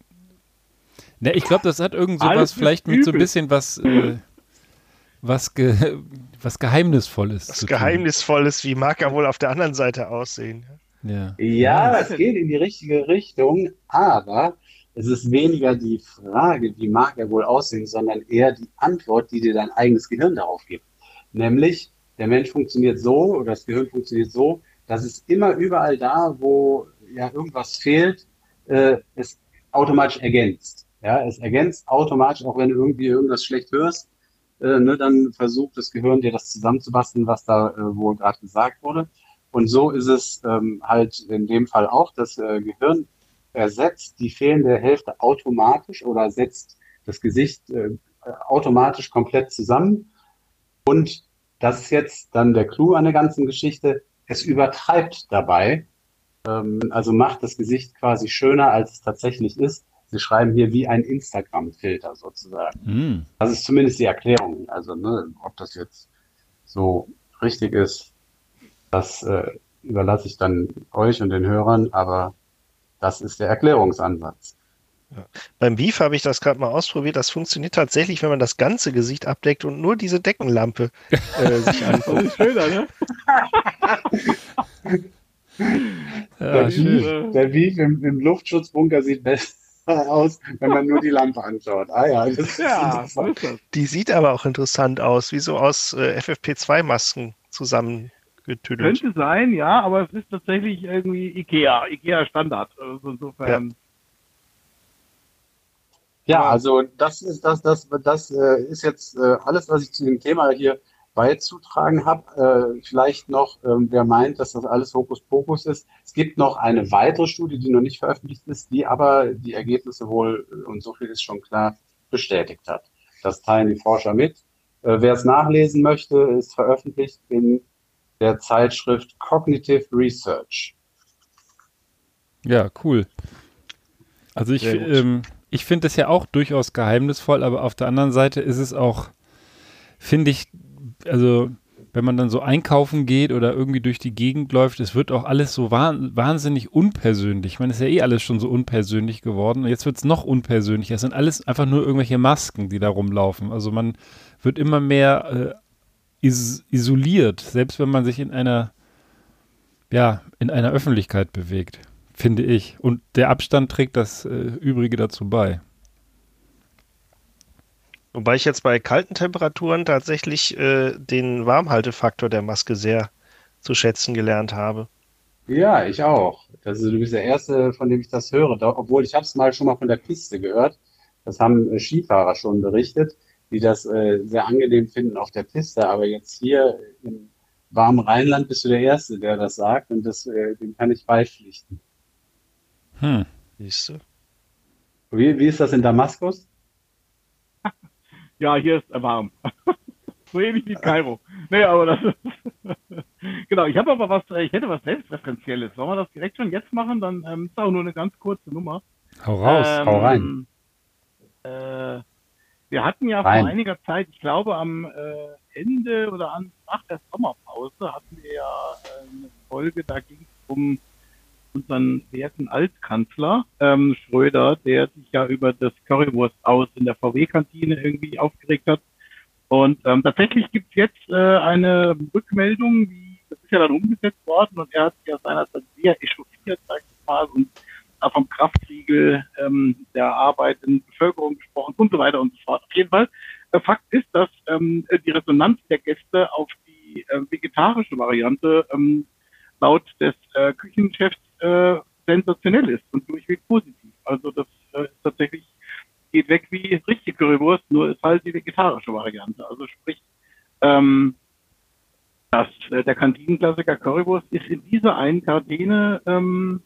Ne, ich glaube, das hat irgend sowas Alles ist vielleicht mit so ein übel. bisschen was, äh, was, ge was Geheimnisvolles Was zu tun. Geheimnisvolles, wie mag er wohl auf der anderen Seite aussehen? Ja. Ja, es geht in die richtige Richtung, aber es ist weniger die Frage, wie mag er wohl aussehen, sondern eher die Antwort, die dir dein eigenes Gehirn darauf gibt. Nämlich, der Mensch funktioniert so, oder das Gehirn funktioniert so, dass es immer überall da, wo ja irgendwas fehlt, äh, es automatisch ergänzt. Ja, es ergänzt automatisch, auch wenn du irgendwie irgendwas schlecht hörst, äh, ne, dann versucht das Gehirn dir das zusammenzubasteln, was da äh, wohl gerade gesagt wurde. Und so ist es ähm, halt in dem Fall auch, das äh, Gehirn ersetzt die fehlende Hälfte automatisch oder setzt das Gesicht äh, automatisch komplett zusammen. Und das ist jetzt dann der Clou an der ganzen Geschichte. Es übertreibt dabei, ähm, also macht das Gesicht quasi schöner, als es tatsächlich ist. Sie schreiben hier wie ein Instagram-Filter sozusagen. Hm. Das ist zumindest die Erklärung. Also, ne, ob das jetzt so richtig ist, das äh, überlasse ich dann euch und den Hörern, aber das ist der Erklärungsansatz. Beim Beef habe ich das gerade mal ausprobiert. Das funktioniert tatsächlich, wenn man das ganze Gesicht abdeckt und nur diese Deckenlampe äh, sich Das anguckt. ist schöner, ne? Ja, Der schön. Beef, der Beef im, im Luftschutzbunker sieht besser aus, wenn man nur die Lampe anschaut. Ah ja, das ist Ja, so interessant. ist das. Die sieht aber auch interessant aus, wie so aus äh, F F P zwei Masken zusammengetüdelt. Könnte sein, ja, aber es ist tatsächlich irgendwie Ikea, Ikea Standard. Also insofern. Ja, also das ist das, das, das äh, ist jetzt äh, alles, was ich zu dem Thema hier beizutragen habe. Äh, vielleicht noch, ähm, wer meint, dass das alles Hokuspokus ist. Es gibt noch eine weitere Studie, die noch nicht veröffentlicht ist, die aber die Ergebnisse wohl, äh, und so viel ist schon klar, bestätigt hat. Das teilen die Forscher mit. Äh, wer es nachlesen möchte, ist veröffentlicht in der Zeitschrift Cognitive Research. Ja, cool. Also ich, Sehr gut. ähm, ich finde es ja auch durchaus geheimnisvoll, aber auf der anderen Seite ist es auch, finde ich, also wenn man dann so einkaufen geht oder irgendwie durch die Gegend läuft, es wird auch alles so wahn, wahnsinnig unpersönlich. Ich meine, es ist ja eh alles schon so unpersönlich geworden und jetzt wird es noch unpersönlicher. Es sind alles einfach nur irgendwelche Masken, die da rumlaufen. Also man wird immer mehr äh, is isoliert, selbst wenn man sich in einer, ja, in einer Öffentlichkeit bewegt, finde ich. Und der Abstand trägt das äh, Übrige dazu bei. Wobei ich jetzt bei kalten Temperaturen tatsächlich äh, den Warmhaltefaktor der Maske sehr zu schätzen gelernt habe. Ja, ich auch. Also du bist der Erste, von dem ich das höre. Da, obwohl ich habe es mal schon mal von der Piste gehört. Das haben äh, Skifahrer schon berichtet, die das äh, sehr angenehm finden auf der Piste. Aber jetzt hier im warmen Rheinland bist du der Erste, der das sagt. Und das, äh, dem kann ich beipflichten. Hm. Siehst du? Wie, wie ist das in Damaskus? Ja, hier ist er warm. So ähnlich wie Kairo. Nee, aber das ist. Genau, ich habe aber was, ich hätte was Selbstreferenzielles. Sollen wir das direkt schon jetzt machen? Dann ähm, ist auch nur eine ganz kurze Nummer. Hau raus. Ähm, hau rein. Äh, wir hatten ja Rein. vor einiger Zeit, ich glaube am äh, Ende oder an, nach der Sommerpause, hatten wir ja äh, eine Folge, da ging es um unseren werten Altkanzler ähm, Schröder, der sich ja über das Currywurst aus in der V W-Kantine irgendwie aufgeregt hat. Und ähm, tatsächlich gibt es jetzt äh, eine Rückmeldung, die, das ist ja dann umgesetzt worden und er hat sich ja seinerzeit sehr echauffiert, sag ich mal, und äh, vom Kraftriegel ähm, der arbeitenden Bevölkerung gesprochen und so weiter und so fort. Auf jeden Fall, äh, Fakt ist, dass ähm, die Resonanz der Gäste auf die äh, vegetarische Variante ähm, laut des äh, Küchenchefs äh, sensationell ist und durchweg positiv. Also das äh, ist tatsächlich, geht weg wie richtige Currywurst, nur ist halt die vegetarische Variante. Also sprich, ähm, das, äh, der Kantinenklassiker Currywurst ist in dieser einen Kantine ähm,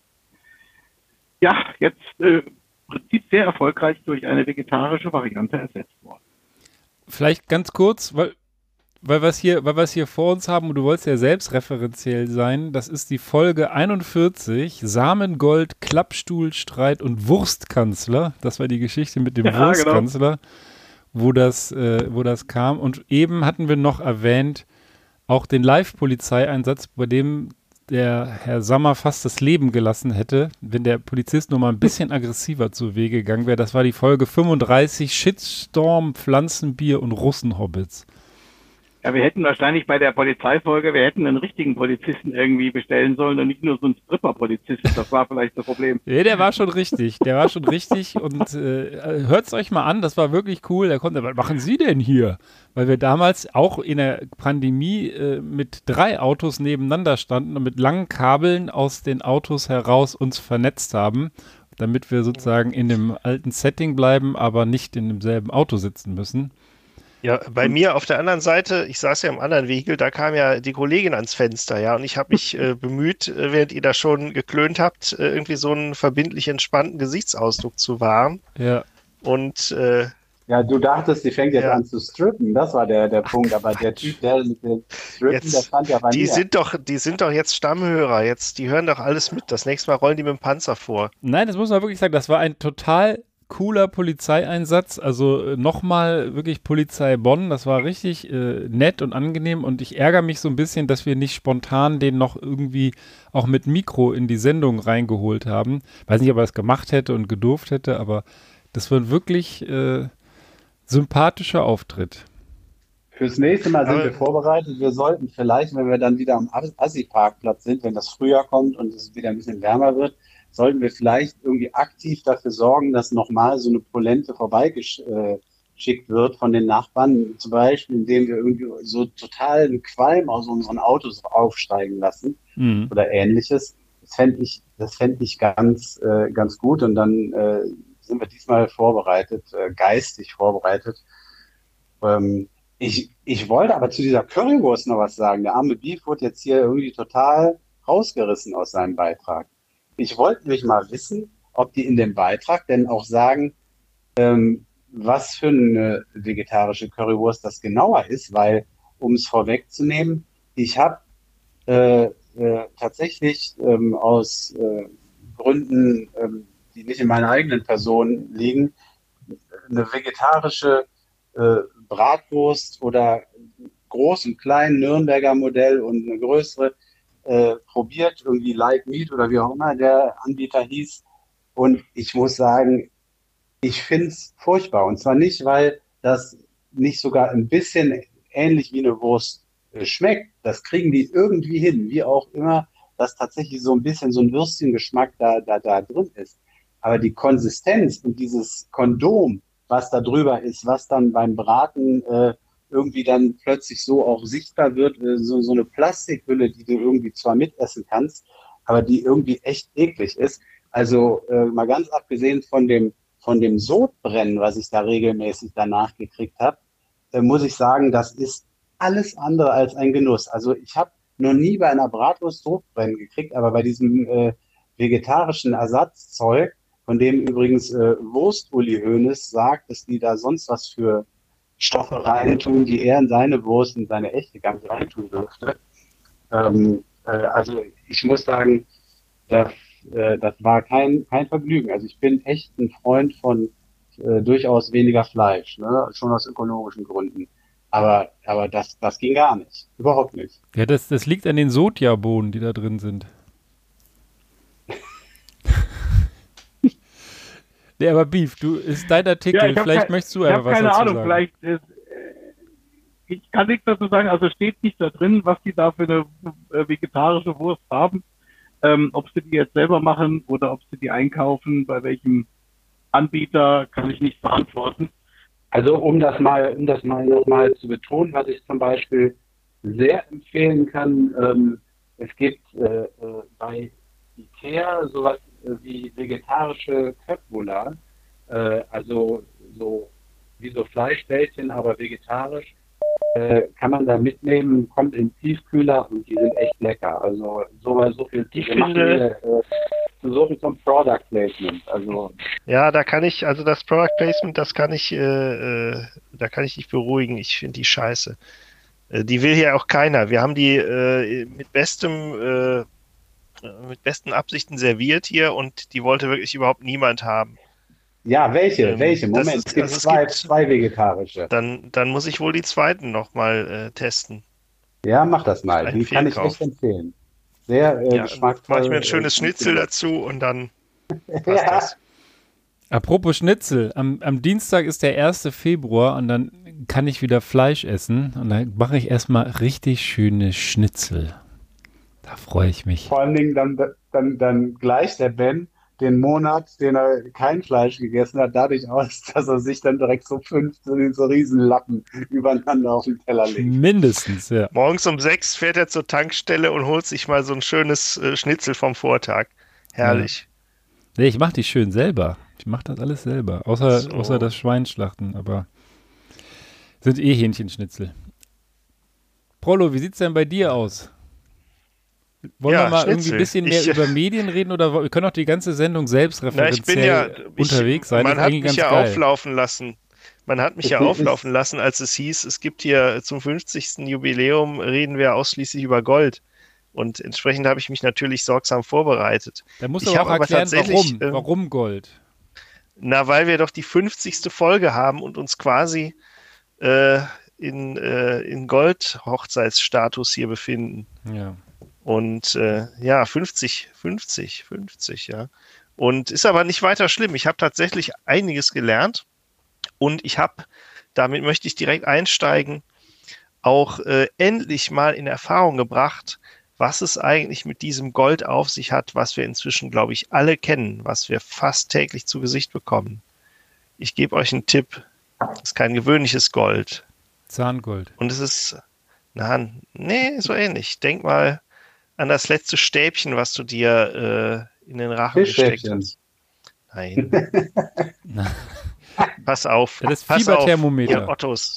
ja jetzt äh, im Prinzip sehr erfolgreich durch eine vegetarische Variante ersetzt worden. Vielleicht ganz kurz, weil Weil wir es hier, weil wir es hier vor uns haben und du wolltest ja selbst referenziell sein, das ist die Folge einundvierzig, Samengold, Klappstuhlstreit und Wurstkanzler. Das war die Geschichte mit dem Ja, Wurstkanzler, genau. wo das, äh, wo das kam. Und eben hatten wir noch erwähnt, auch den Live-Polizeieinsatz, bei dem der Herr Sammer fast das Leben gelassen hätte, wenn der Polizist nur mal ein bisschen aggressiver zu Wege gegangen wäre. Das war die Folge fünfunddreißig, Shitstorm, Pflanzenbier und Russenhobbits. Ja, wir hätten wahrscheinlich bei der Polizeifolge, wir hätten einen richtigen Polizisten irgendwie bestellen sollen und nicht nur so einen Stripper-Polizisten. Das war vielleicht das Problem. Nee, der war schon richtig. Der war schon richtig und äh, hört es euch mal an, das war wirklich cool. Der konnte, was machen Sie denn hier? Weil wir damals auch in der Pandemie äh, mit drei Autos nebeneinander standen und mit langen Kabeln aus den Autos heraus uns vernetzt haben, damit wir sozusagen in dem alten Setting bleiben, aber nicht in demselben Auto sitzen müssen. Ja, bei mir auf der anderen Seite, ich saß ja im anderen Vehikel, da kam ja die Kollegin ans Fenster, ja, und ich habe mich äh, bemüht, äh, während ihr da schon geklönt habt, äh, irgendwie so einen verbindlich entspannten Gesichtsausdruck zu wahren. Ja. Und äh, Ja, du dachtest, die fängt jetzt Ja. an zu strippen, das war der, der Punkt, aber der Typ, der mit dem Strippen, Jetzt, der stand ja bei die mir. sind doch, die sind doch jetzt Stammhörer, jetzt, die hören doch alles mit. Das nächste Mal rollen die mit dem Panzer vor. Nein, das muss man wirklich sagen, das war ein total cooler Polizeieinsatz, also äh, nochmal wirklich Polizei Bonn, das war richtig äh, nett und angenehm und ich ärgere mich so ein bisschen, dass wir nicht spontan den noch irgendwie auch mit Mikro in die Sendung reingeholt haben. Weiß nicht, ob er es gemacht hätte und gedurft hätte, aber das war ein wirklich äh, sympathischer Auftritt. Fürs nächste Mal sind Aber- wir vorbereitet. Wir sollten vielleicht, wenn wir dann wieder am As- Assi-Parkplatz sind, wenn das Frühjahr kommt und es wieder ein bisschen wärmer wird, sollten wir vielleicht irgendwie aktiv dafür sorgen, dass nochmal so eine Polente vorbeigeschickt wird von den Nachbarn. Zum Beispiel, indem wir irgendwie so totalen Qualm aus unseren Autos aufsteigen lassen Mhm. oder ähnliches. Das fände ich, das fände ich ganz, äh, ganz gut. Und dann äh, sind wir diesmal vorbereitet, äh, geistig vorbereitet. Ähm, ich, ich wollte aber zu dieser Currywurst noch was sagen. Der arme Beef wurde jetzt hier irgendwie total rausgerissen aus seinem Beitrag. Ich wollte nämlich mal wissen, ob die in dem Beitrag denn auch sagen, ähm, was für eine vegetarische Currywurst das genauer ist, weil, um es vorwegzunehmen, ich habe äh, äh, tatsächlich ähm, aus äh, Gründen, ähm, die nicht in meiner eigenen Person liegen, eine vegetarische äh, Bratwurst oder groß und klein Nürnberger Modell und eine größere äh, probiert, irgendwie Like Meat oder wie auch immer der Anbieter hieß. Und ich muss sagen, ich finde es furchtbar. Und zwar nicht, weil das nicht sogar ein bisschen ähnlich wie eine Wurst äh, schmeckt. Das kriegen die irgendwie hin, wie auch immer, dass tatsächlich so ein bisschen so ein Würstchengeschmack da, da, da drin ist. Aber die Konsistenz und dieses Kondom, was da drüber ist, was dann beim Braten äh, irgendwie dann plötzlich so auch sichtbar wird, äh, so, so eine Plastikhülle, die du irgendwie zwar mitessen kannst, aber die irgendwie echt eklig ist. Also äh, mal ganz abgesehen von dem, von dem Sodbrennen, was ich da regelmäßig danach gekriegt habe, äh, muss ich sagen, das ist alles andere als ein Genuss. Also ich habe noch nie bei einer Bratwurst Sodbrennen gekriegt, aber bei diesem äh, vegetarischen Ersatzzeug, von dem übrigens äh, Wurst-Uli Hoeneß sagt, dass die da sonst was für Stoffe reintun, die er in seine Wurst, in seine echte gar nicht reintun dürfte. Ähm, äh, also ich muss sagen, das, äh, das war kein, kein Vergnügen. Also ich bin echt ein Freund von äh, durchaus weniger Fleisch, ne? Schon aus ökologischen Gründen. Aber, aber das, das ging gar nicht. Überhaupt nicht. Ja, das, das liegt an den Sojabohnen, die da drin sind. Nee, aber Beef, du ist dein Artikel, Ja, ich hab vielleicht kein- möchtest du Ich einfach habe was keine dazu Ahnung, sagen. vielleicht ist, ich kann nichts dazu sagen, also steht nicht da drin, was die da für eine äh, vegetarische Wurst haben. Ähm, ob sie die jetzt selber machen oder ob sie die einkaufen, bei welchem Anbieter, kann ich nicht beantworten. Also um das mal, um das mal nochmal zu betonen, was ich zum Beispiel sehr empfehlen kann, ähm, es gibt äh, äh, bei Ikea sowas äh, wie vegetarische Köttbullar, äh, also so wie so Fleischbällchen, aber vegetarisch, äh, kann man da mitnehmen, kommt in den Tiefkühler und die sind echt lecker. Also so, so viel, Ich wir machen finde- hier, äh, so viel zum Product Placement. Also Ja, da kann ich, also das Product Placement, das kann ich, äh, äh, da kann ich dich beruhigen. Ich finde die scheiße. Äh, die will hier auch keiner. Wir haben die äh, mit bestem, äh, mit besten Absichten serviert hier und die wollte wirklich überhaupt niemand haben. ja, welche, Ähm, welche? das Moment, ist- es gibt also es zwei, gibt- zwei vegetarische. Dann, dann muss ich wohl die zweiten nochmal äh, testen. Ja, mach das mal. Ein Die kann ich Fehlkauf. echt empfehlen. Sehr äh, Ja, geschmackvoll. mache ich mir ein schönes äh, Schnitzel dazu und dann passt Ja. das. Apropos Schnitzel, am, am Dienstag ist der erste Februar und dann kann ich wieder Fleisch essen und dann mache ich erstmal richtig schöne Schnitzel. Da freue ich mich. Vor allen Dingen dann, dann, dann gleicht der Ben den Monat, den er kein Fleisch gegessen hat, dadurch aus, dass er sich dann direkt so fünf so, so riesen Lappen übereinander auf den Teller legt. Mindestens, ja. Morgens um sechs fährt er zur Tankstelle und holt sich mal so ein schönes äh, Schnitzel vom Vortag. Herrlich. Nee, ich mache die schön selber. Ich mache das alles selber. Außer, So. außer das Schweinschlachten, aber sind eh Hähnchenschnitzel. Prolo, wie sieht's denn bei dir aus? Wollen Ja, wir mal irgendwie Schnitzel. ein bisschen mehr Ich- über Medien reden oder wir können auch die ganze Sendung selbst Na, ich bin referenziell ja ich, unterwegs sein? Man Das ist hat eigentlich mich ganz ja geil. auflaufen lassen. Man hat mich ja Ist- auflaufen lassen, als es hieß, es gibt hier zum fünfzigsten Jubiläum reden wir ausschließlich über Gold. Und entsprechend habe ich mich natürlich sorgsam vorbereitet. Da musst Ich du aber auch hab aber erklären, tatsächlich, warum. ähm, Warum Gold? Na, weil wir doch die fünfzigste Folge haben und uns quasi äh, in, äh, in Gold-Hochzeitsstatus hier befinden. Ja. Und äh, ja, fünfzig, fünfzig, fünfzig, ja. Und ist aber nicht weiter schlimm. Ich habe tatsächlich einiges gelernt und ich habe, damit möchte ich direkt einsteigen, auch äh, endlich mal in Erfahrung gebracht, was es eigentlich mit diesem Gold auf sich hat, was wir inzwischen, glaube ich, alle kennen, was wir fast täglich zu Gesicht bekommen. Ich gebe euch einen Tipp. Es ist kein gewöhnliches Gold. Zahngold. Und es ist, na, nee, so ähnlich. Denk mal an das letzte Stäbchen, was du dir äh, in den Rachen gesteckt Fischstäbchen. hast. Nein. Pass auf. Ja, das pass auf, Fieberthermometer. ihr Ottos.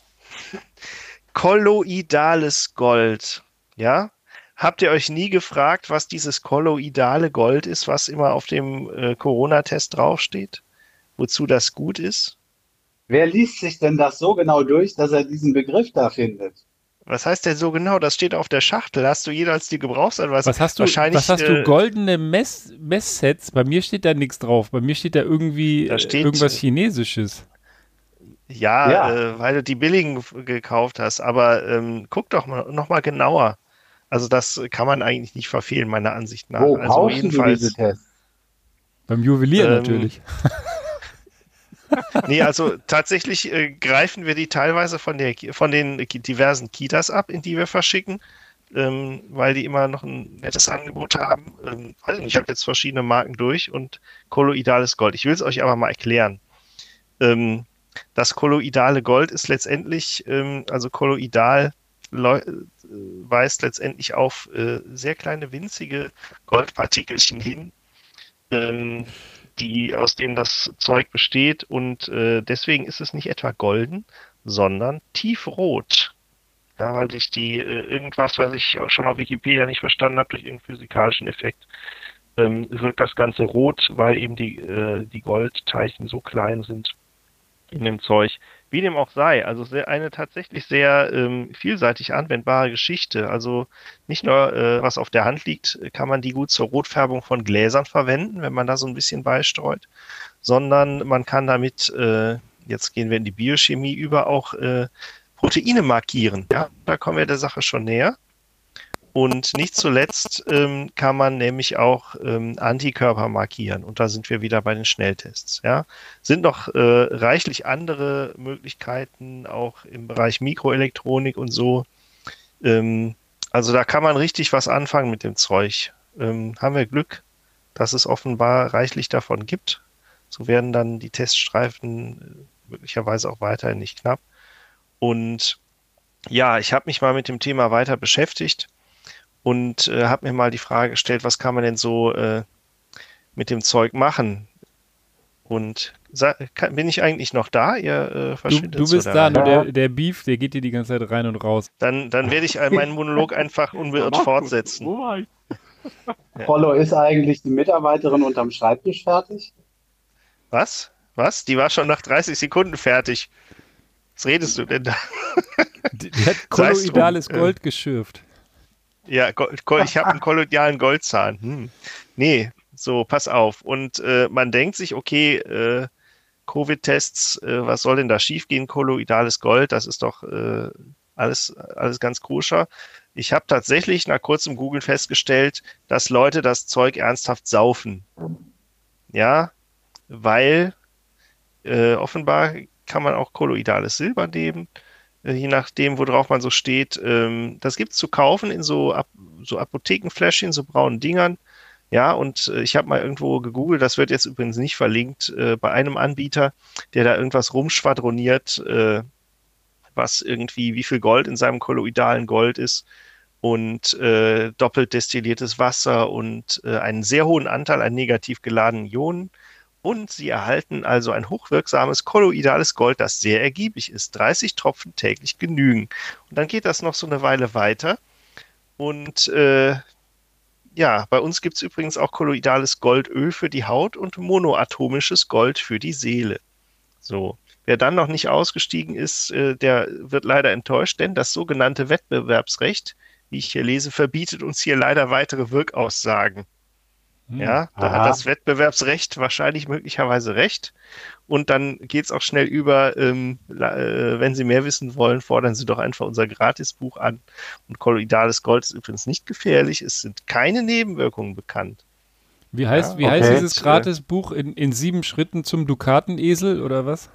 Kolloidales Gold. Ja? Habt ihr euch nie gefragt, was dieses kolloidale Gold ist, was immer auf dem äh, Corona-Test draufsteht? Wozu das gut ist? Wer liest sich denn das so genau durch, dass er diesen Begriff da findet? Was heißt denn so genau? Das steht auf der Schachtel. Hast du jeweils die Gebrauchsanweisung? Was hast du, Wahrscheinlich, was hast äh, du goldene Mess, Messsets? Bei mir steht da nichts drauf. Bei mir steht da irgendwie Da äh, steht- irgendwas Chinesisches. Ja, Ja. Äh, weil du die billigen f- gekauft hast. Aber ähm, guck doch mal, noch mal genauer. Also das kann man eigentlich nicht verfehlen, meiner Ansicht nach. Wo also kaufst du jedenfalls. diese Tests? Beim Juwelier Ähm, natürlich. Nee, also tatsächlich äh, greifen wir die teilweise von, der, von den ki- diversen Kitas ab, in die wir verschicken, ähm, weil die immer noch ein nettes Angebot haben. Ähm, also ich habe jetzt verschiedene Marken durch und kolloidales Gold. Ich will es euch aber mal erklären. Ähm, das kolloidale Gold ist letztendlich, ähm, also kolloidal leu- äh, weist letztendlich auf äh, sehr kleine winzige Goldpartikelchen hin, ähm, die, aus denen das Zeug besteht und äh, deswegen ist es nicht etwa golden, sondern tiefrot. Ja, weil sich die äh, irgendwas, was ich auch schon auf Wikipedia nicht verstanden habe, durch irgendeinen physikalischen Effekt, ähm, wirkt das Ganze rot, weil eben die, äh, die Goldteilchen so klein sind in dem Zeug. Wie dem auch sei, also sehr, eine tatsächlich sehr ähm, vielseitig anwendbare Geschichte. Also nicht nur, äh, was auf der Hand liegt, kann man die gut zur Rotfärbung von Gläsern verwenden, wenn man da so ein bisschen beistreut, sondern man kann damit, äh, jetzt gehen wir in die Biochemie über, auch äh, Proteine markieren. Ja, da kommen wir der Sache schon näher. Und nicht zuletzt ähm, kann man nämlich auch ähm, Antikörper markieren. Und da sind wir wieder bei den Schnelltests. Ja. Sind noch äh, reichlich andere Möglichkeiten, auch im Bereich Mikroelektronik und so. Ähm, also da kann man richtig was anfangen mit dem Zeug. Ähm, haben wir Glück, dass es offenbar reichlich davon gibt. So werden dann die Teststreifen äh, möglicherweise auch weiterhin nicht knapp. Und ja, ich habe mich mal mit dem Thema weiter beschäftigt. Und äh, habe mir mal die Frage gestellt, was kann man denn so äh, mit dem Zeug machen? Und kann, bin ich eigentlich noch da? Ihr äh, verschwindet Du, du so bist da da, rein. nur der, der Beef, der geht dir die ganze Zeit rein und raus. Dann, dann werde ich äh, meinen Monolog einfach unbeirrt Markus, fortsetzen. Wo war ich? Rollo, ist eigentlich die Mitarbeiterin unterm Schreibtisch fertig? Was? Was? Die war schon nach dreißig Sekunden fertig. Was redest du denn da? Die, die hat Sei es drum, kolloidales äh, Gold geschürft. Ja, Gold, Gold, ich habe einen kolonialen Goldzahn. Hm. Nee, so, pass auf. Und äh, man denkt sich, okay, äh, Covid-Tests, äh, was soll denn da schiefgehen? Kolloidales Gold, das ist doch äh, alles, alles ganz koscher. Ich habe tatsächlich nach kurzem Googlen festgestellt, dass Leute das Zeug ernsthaft saufen. Ja, weil äh, offenbar kann man auch kolloidales Silber nehmen, äh, je nachdem, worauf man so steht. Ähm, das gibt es zu kaufen in so, Ap so Apothekenfläschchen, so braunen Dingern. Ja, und äh, ich habe mal irgendwo gegoogelt, das wird jetzt übrigens nicht verlinkt, äh, bei einem Anbieter, der da irgendwas rumschwadroniert, äh, was irgendwie, wie viel Gold in seinem kolloidalen Gold ist und äh, doppelt destilliertes Wasser und äh, einen sehr hohen Anteil an negativ geladenen Ionen. Und sie erhalten also ein hochwirksames kolloidales Gold, das sehr ergiebig ist. dreißig Tropfen täglich genügen. Und dann geht das noch so eine Weile weiter. Und äh, ja, bei uns gibt es übrigens auch kolloidales Goldöl für die Haut und monoatomisches Gold für die Seele. So. Wer dann noch nicht ausgestiegen ist, äh, der wird leider enttäuscht, denn das sogenannte Wettbewerbsrecht, wie ich hier lese, verbietet uns hier leider weitere Wirkaussagen. Hm. Ja, da hat Aha. das Wettbewerbsrecht wahrscheinlich möglicherweise recht. Und dann geht es auch schnell über, ähm, la- äh, wenn Sie mehr wissen wollen, fordern Sie doch einfach unser Gratisbuch an. Und kolloidales Gold ist übrigens nicht gefährlich. Es sind keine Nebenwirkungen bekannt. Wie heißt, Ja, wie heißt okay. dieses Und, äh, Gratisbuch in, in sieben Schritten zum Dukatenesel oder was?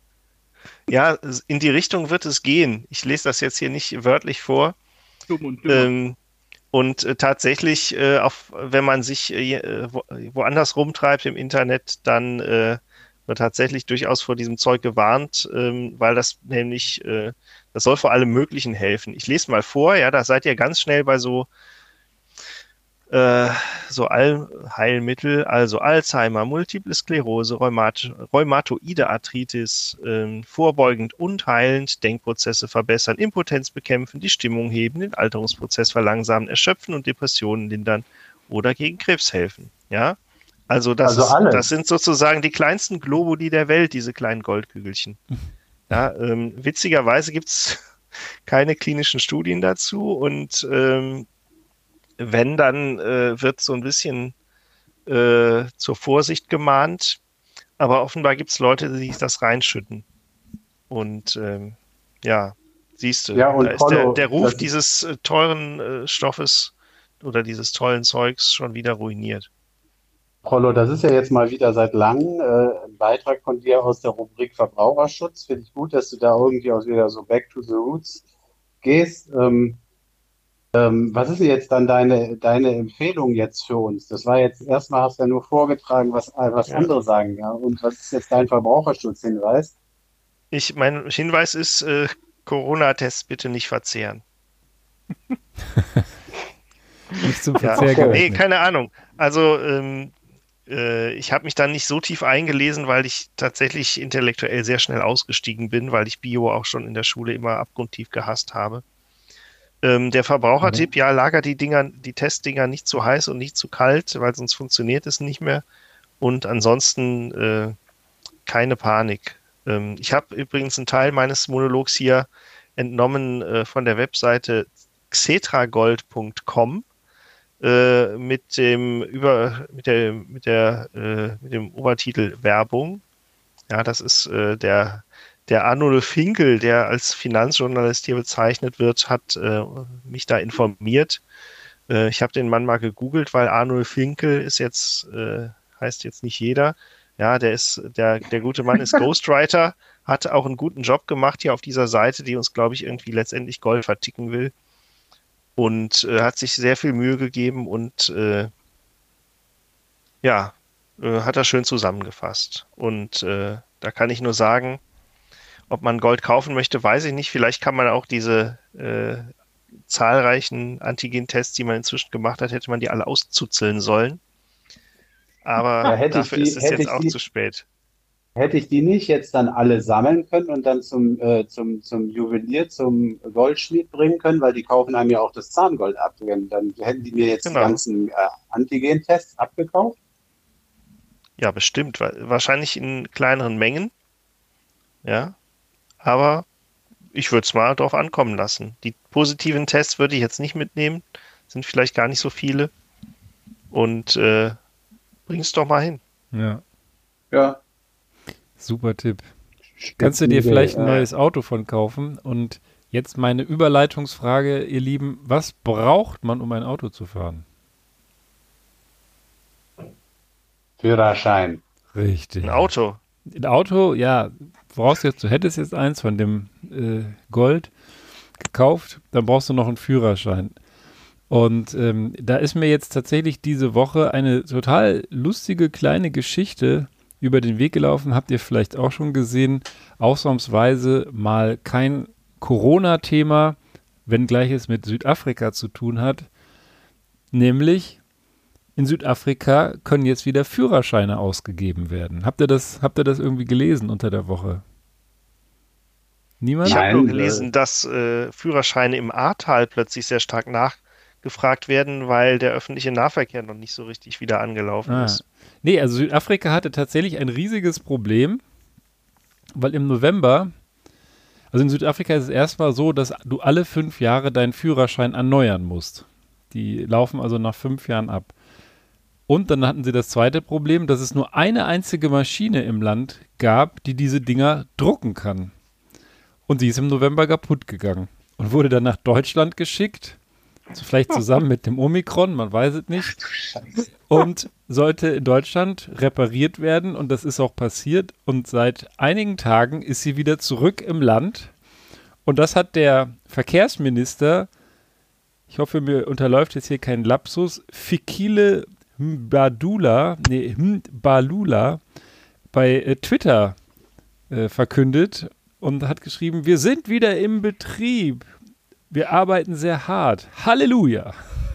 Ja, es- in die Richtung wird es gehen. Ich lese das jetzt hier nicht wörtlich vor. Dumm und dümmer. Ähm, und äh, tatsächlich, äh, auf, wenn man sich äh, wo, woanders rumtreibt im Internet, dann äh, wird tatsächlich durchaus vor diesem Zeug gewarnt, ähm, weil das nämlich, äh, das soll vor allem Möglichen helfen. Ich lese mal vor, ja, da seid ihr ganz schnell bei so äh, so Allheilmittel, also Alzheimer, Multiple Sklerose, Rheumat rheumatoide Arthritis, ähm, vorbeugend und heilend, Denkprozesse verbessern, Impotenz bekämpfen, die Stimmung heben, den Alterungsprozess verlangsamen, erschöpfen und Depressionen lindern oder gegen Krebs helfen. Ja, also das, Also ist, alles. das sind sozusagen die kleinsten Globuli der Welt, diese kleinen Goldkügelchen. Ja, ähm, witzigerweise gibt es keine klinischen Studien dazu und ähm, wenn, dann äh, wird so ein bisschen äh, zur Vorsicht gemahnt. Aber offenbar gibt es Leute, die sich das reinschütten. Und ähm, ja, siehst du, Ja, und da ist der, Rollo, der Ruf das- dieses äh, teuren äh, Stoffes oder dieses tollen Zeugs schon wieder ruiniert. Rollo, das ist ja jetzt mal wieder seit langem äh, ein Beitrag von dir aus der Rubrik Verbraucherschutz. Finde ich gut, dass du da irgendwie auch wieder so back to the roots gehst. Ähm, ähm, was ist denn jetzt dann deine, deine Empfehlung jetzt für uns? Das war jetzt erstmal, hast du ja nur vorgetragen, was, was Ja. andere sagen, ja. Und was ist jetzt dein Verbraucherschutzhinweis? Ich, mein Hinweis ist, äh, Corona-Tests bitte nicht verzehren. Nicht zum Ja, Verzehr okay. nee, geeignet. keine Ahnung. Also ähm, äh, ich habe mich da nicht so tief eingelesen, weil ich tatsächlich intellektuell sehr schnell ausgestiegen bin, weil ich Bio auch schon in der Schule immer abgrundtief gehasst habe. Ähm, der Verbrauchertipp, ja, lager die Dinger, die Testdinger nicht zu heiß und nicht zu kalt, weil sonst funktioniert es nicht mehr. Und ansonsten äh, keine Panik. Ähm, ich habe übrigens einen Teil meines Monologs hier entnommen äh, von der Webseite xetragold punkt com äh, mit dem über mit der mit der äh, mit dem Obertitel Werbung. Ja, das ist äh, der der Arnulf Finkel, der als Finanzjournalist hier bezeichnet wird, hat äh, mich da informiert. Äh, ich habe den Mann mal gegoogelt, weil Arnulf Finkel ist jetzt, äh, heißt jetzt nicht jeder. Ja, der ist, der, der gute Mann ist Ghostwriter, hat auch einen guten Job gemacht hier auf dieser Seite, die uns, glaube ich, irgendwie letztendlich Gold verticken will. Und äh, hat sich sehr viel Mühe gegeben und äh, ja, äh, hat das schön zusammengefasst. Und äh, da kann ich nur sagen, ob man Gold kaufen möchte, weiß ich nicht. Vielleicht kann man auch diese äh, zahlreichen Antigen-Tests, die man inzwischen gemacht hat, hätte man die alle auszuzeln sollen. Aber Ja, dafür die, ist es jetzt auch die, zu spät. Hätte ich die nicht jetzt dann alle sammeln können und dann zum, äh, zum, zum Juwelier, zum Goldschmied bringen können, weil die kaufen einem ja auch das Zahngold ab. Dann hätten die mir jetzt Genau. die ganzen äh, Antigen-Tests abgekauft. Ja, bestimmt. Wahrscheinlich in kleineren Mengen. Ja. Aber ich würde es mal drauf ankommen lassen. Die positiven Tests würde ich jetzt nicht mitnehmen. Sind vielleicht gar nicht so viele. Und äh, bring's doch mal hin. Ja, Ja. super Tipp. Kannst du dir vielleicht ein neues Auto von kaufen? Und jetzt meine Überleitungsfrage, ihr Lieben, was braucht man, um ein Auto zu fahren? Führerschein. Richtig. Ein Auto. Ein Auto, ja, vorausgesetzt, du hättest jetzt eins von dem äh, Gold gekauft, dann brauchst du noch einen Führerschein. Und ähm, da ist mir jetzt tatsächlich diese Woche eine total lustige kleine Geschichte über den Weg gelaufen. Habt ihr vielleicht auch schon gesehen, ausnahmsweise mal kein Corona-Thema, wenngleich es mit Südafrika zu tun hat. Nämlich in Südafrika können jetzt wieder Führerscheine ausgegeben werden. Habt ihr das, habt ihr das irgendwie gelesen unter der Woche? Niemand? Ich habe Nein, nur äh, gelesen, dass äh, Führerscheine im Ahrtal plötzlich sehr stark nachgefragt werden, weil der öffentliche Nahverkehr noch nicht so richtig wieder angelaufen Ah. ist. Nee, also Südafrika hatte tatsächlich ein riesiges Problem, weil im November, also in Südafrika ist es erstmal so, dass du alle fünf Jahre deinen Führerschein erneuern musst. Die laufen also nach fünf Jahren ab. Und dann hatten sie das zweite Problem, dass es nur eine einzige Maschine im Land gab, die diese Dinger drucken kann. Und die ist im November kaputt gegangen und wurde dann nach Deutschland geschickt, also vielleicht zusammen mit dem Omikron, man weiß es nicht, und sollte in Deutschland repariert werden und das ist auch passiert und seit einigen Tagen ist sie wieder zurück im Land und das hat der Verkehrsminister, ich hoffe, mir unterläuft jetzt hier kein Lapsus, Fikile Mbadula, nee, Mbalula bei äh, Twitter äh, verkündet und hat geschrieben, wir sind wieder im Betrieb. Wir arbeiten sehr hart. Halleluja.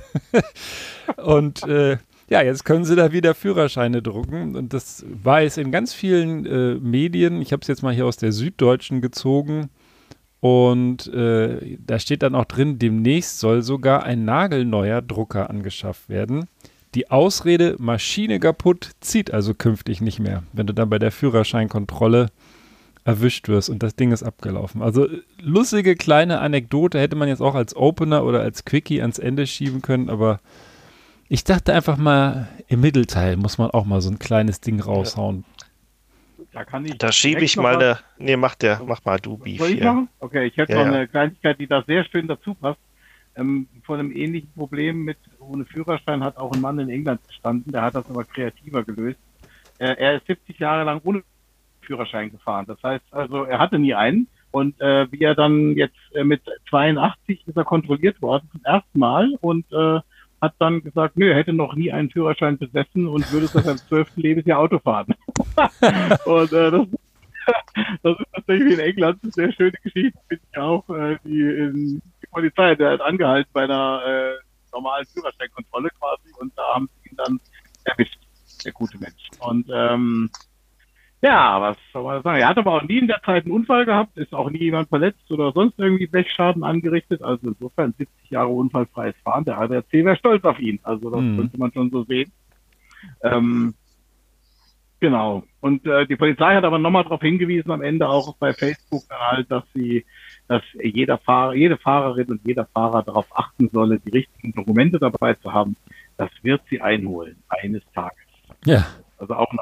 Und äh, ja, jetzt können sie da wieder Führerscheine drucken. Und das war jetzt in ganz vielen äh, Medien. Ich habe es jetzt mal hier aus der Süddeutschen gezogen. Und äh, da steht dann auch drin, demnächst soll sogar ein nagelneuer Drucker angeschafft werden. Die Ausrede, Maschine kaputt, zieht also künftig nicht mehr, wenn du dann bei der Führerscheinkontrolle erwischt wirst und das Ding ist abgelaufen. Also lustige kleine Anekdote hätte man jetzt auch als Opener oder als Quickie ans Ende schieben können, aber ich dachte einfach mal, im Mittelteil muss man auch mal so ein kleines Ding raushauen. Da kann ich Da schiebe direkt ich noch mal was- eine. Nee, mach der, mach mal du, Beef Soll ich hier. machen? Okay, ich hätte Ja, noch ja. eine Kleinigkeit, die da sehr schön dazu passt. Ähm, vor einem ähnlichen Problem mit ohne Führerschein hat auch ein Mann in England gestanden, der hat das aber kreativer gelöst. Äh, er ist siebzig Jahre lang ohne Führerschein gefahren. Das heißt also, er hatte nie einen. Und äh, wie er dann jetzt äh, mit zweiundachtzig ist er kontrolliert worden zum ersten Mal und äh, hat dann gesagt, nö, er hätte noch nie einen Führerschein besessen und würde seit seinem zwölften Lebensjahr Auto fahren. und äh, das, das ist tatsächlich in England eine sehr schöne Geschichte, finde ich auch. Äh, die, in, die Polizei, der hat angehalten bei einer äh, normalen Führerscheinkontrolle quasi und da haben sie ihn dann erwischt, der gute Mensch. Und ähm, ja, was soll man sagen? Er hat aber auch nie in der Zeit einen Unfall gehabt, ist auch nie jemand verletzt oder sonst irgendwie Blechschaden angerichtet. Also insofern siebzig Jahre unfallfreies Fahren. Der A D A C wäre stolz auf ihn. Also das Mhm. könnte man schon so sehen. Ähm, genau. Und äh, die Polizei hat aber nochmal darauf hingewiesen, am Ende auch bei Facebook dann halt, dass sie, dass jeder Fahrer, jede Fahrerin und jeder Fahrer darauf achten solle, die richtigen Dokumente dabei zu haben. Das wird sie einholen, eines Tages. Ja, Also auch nach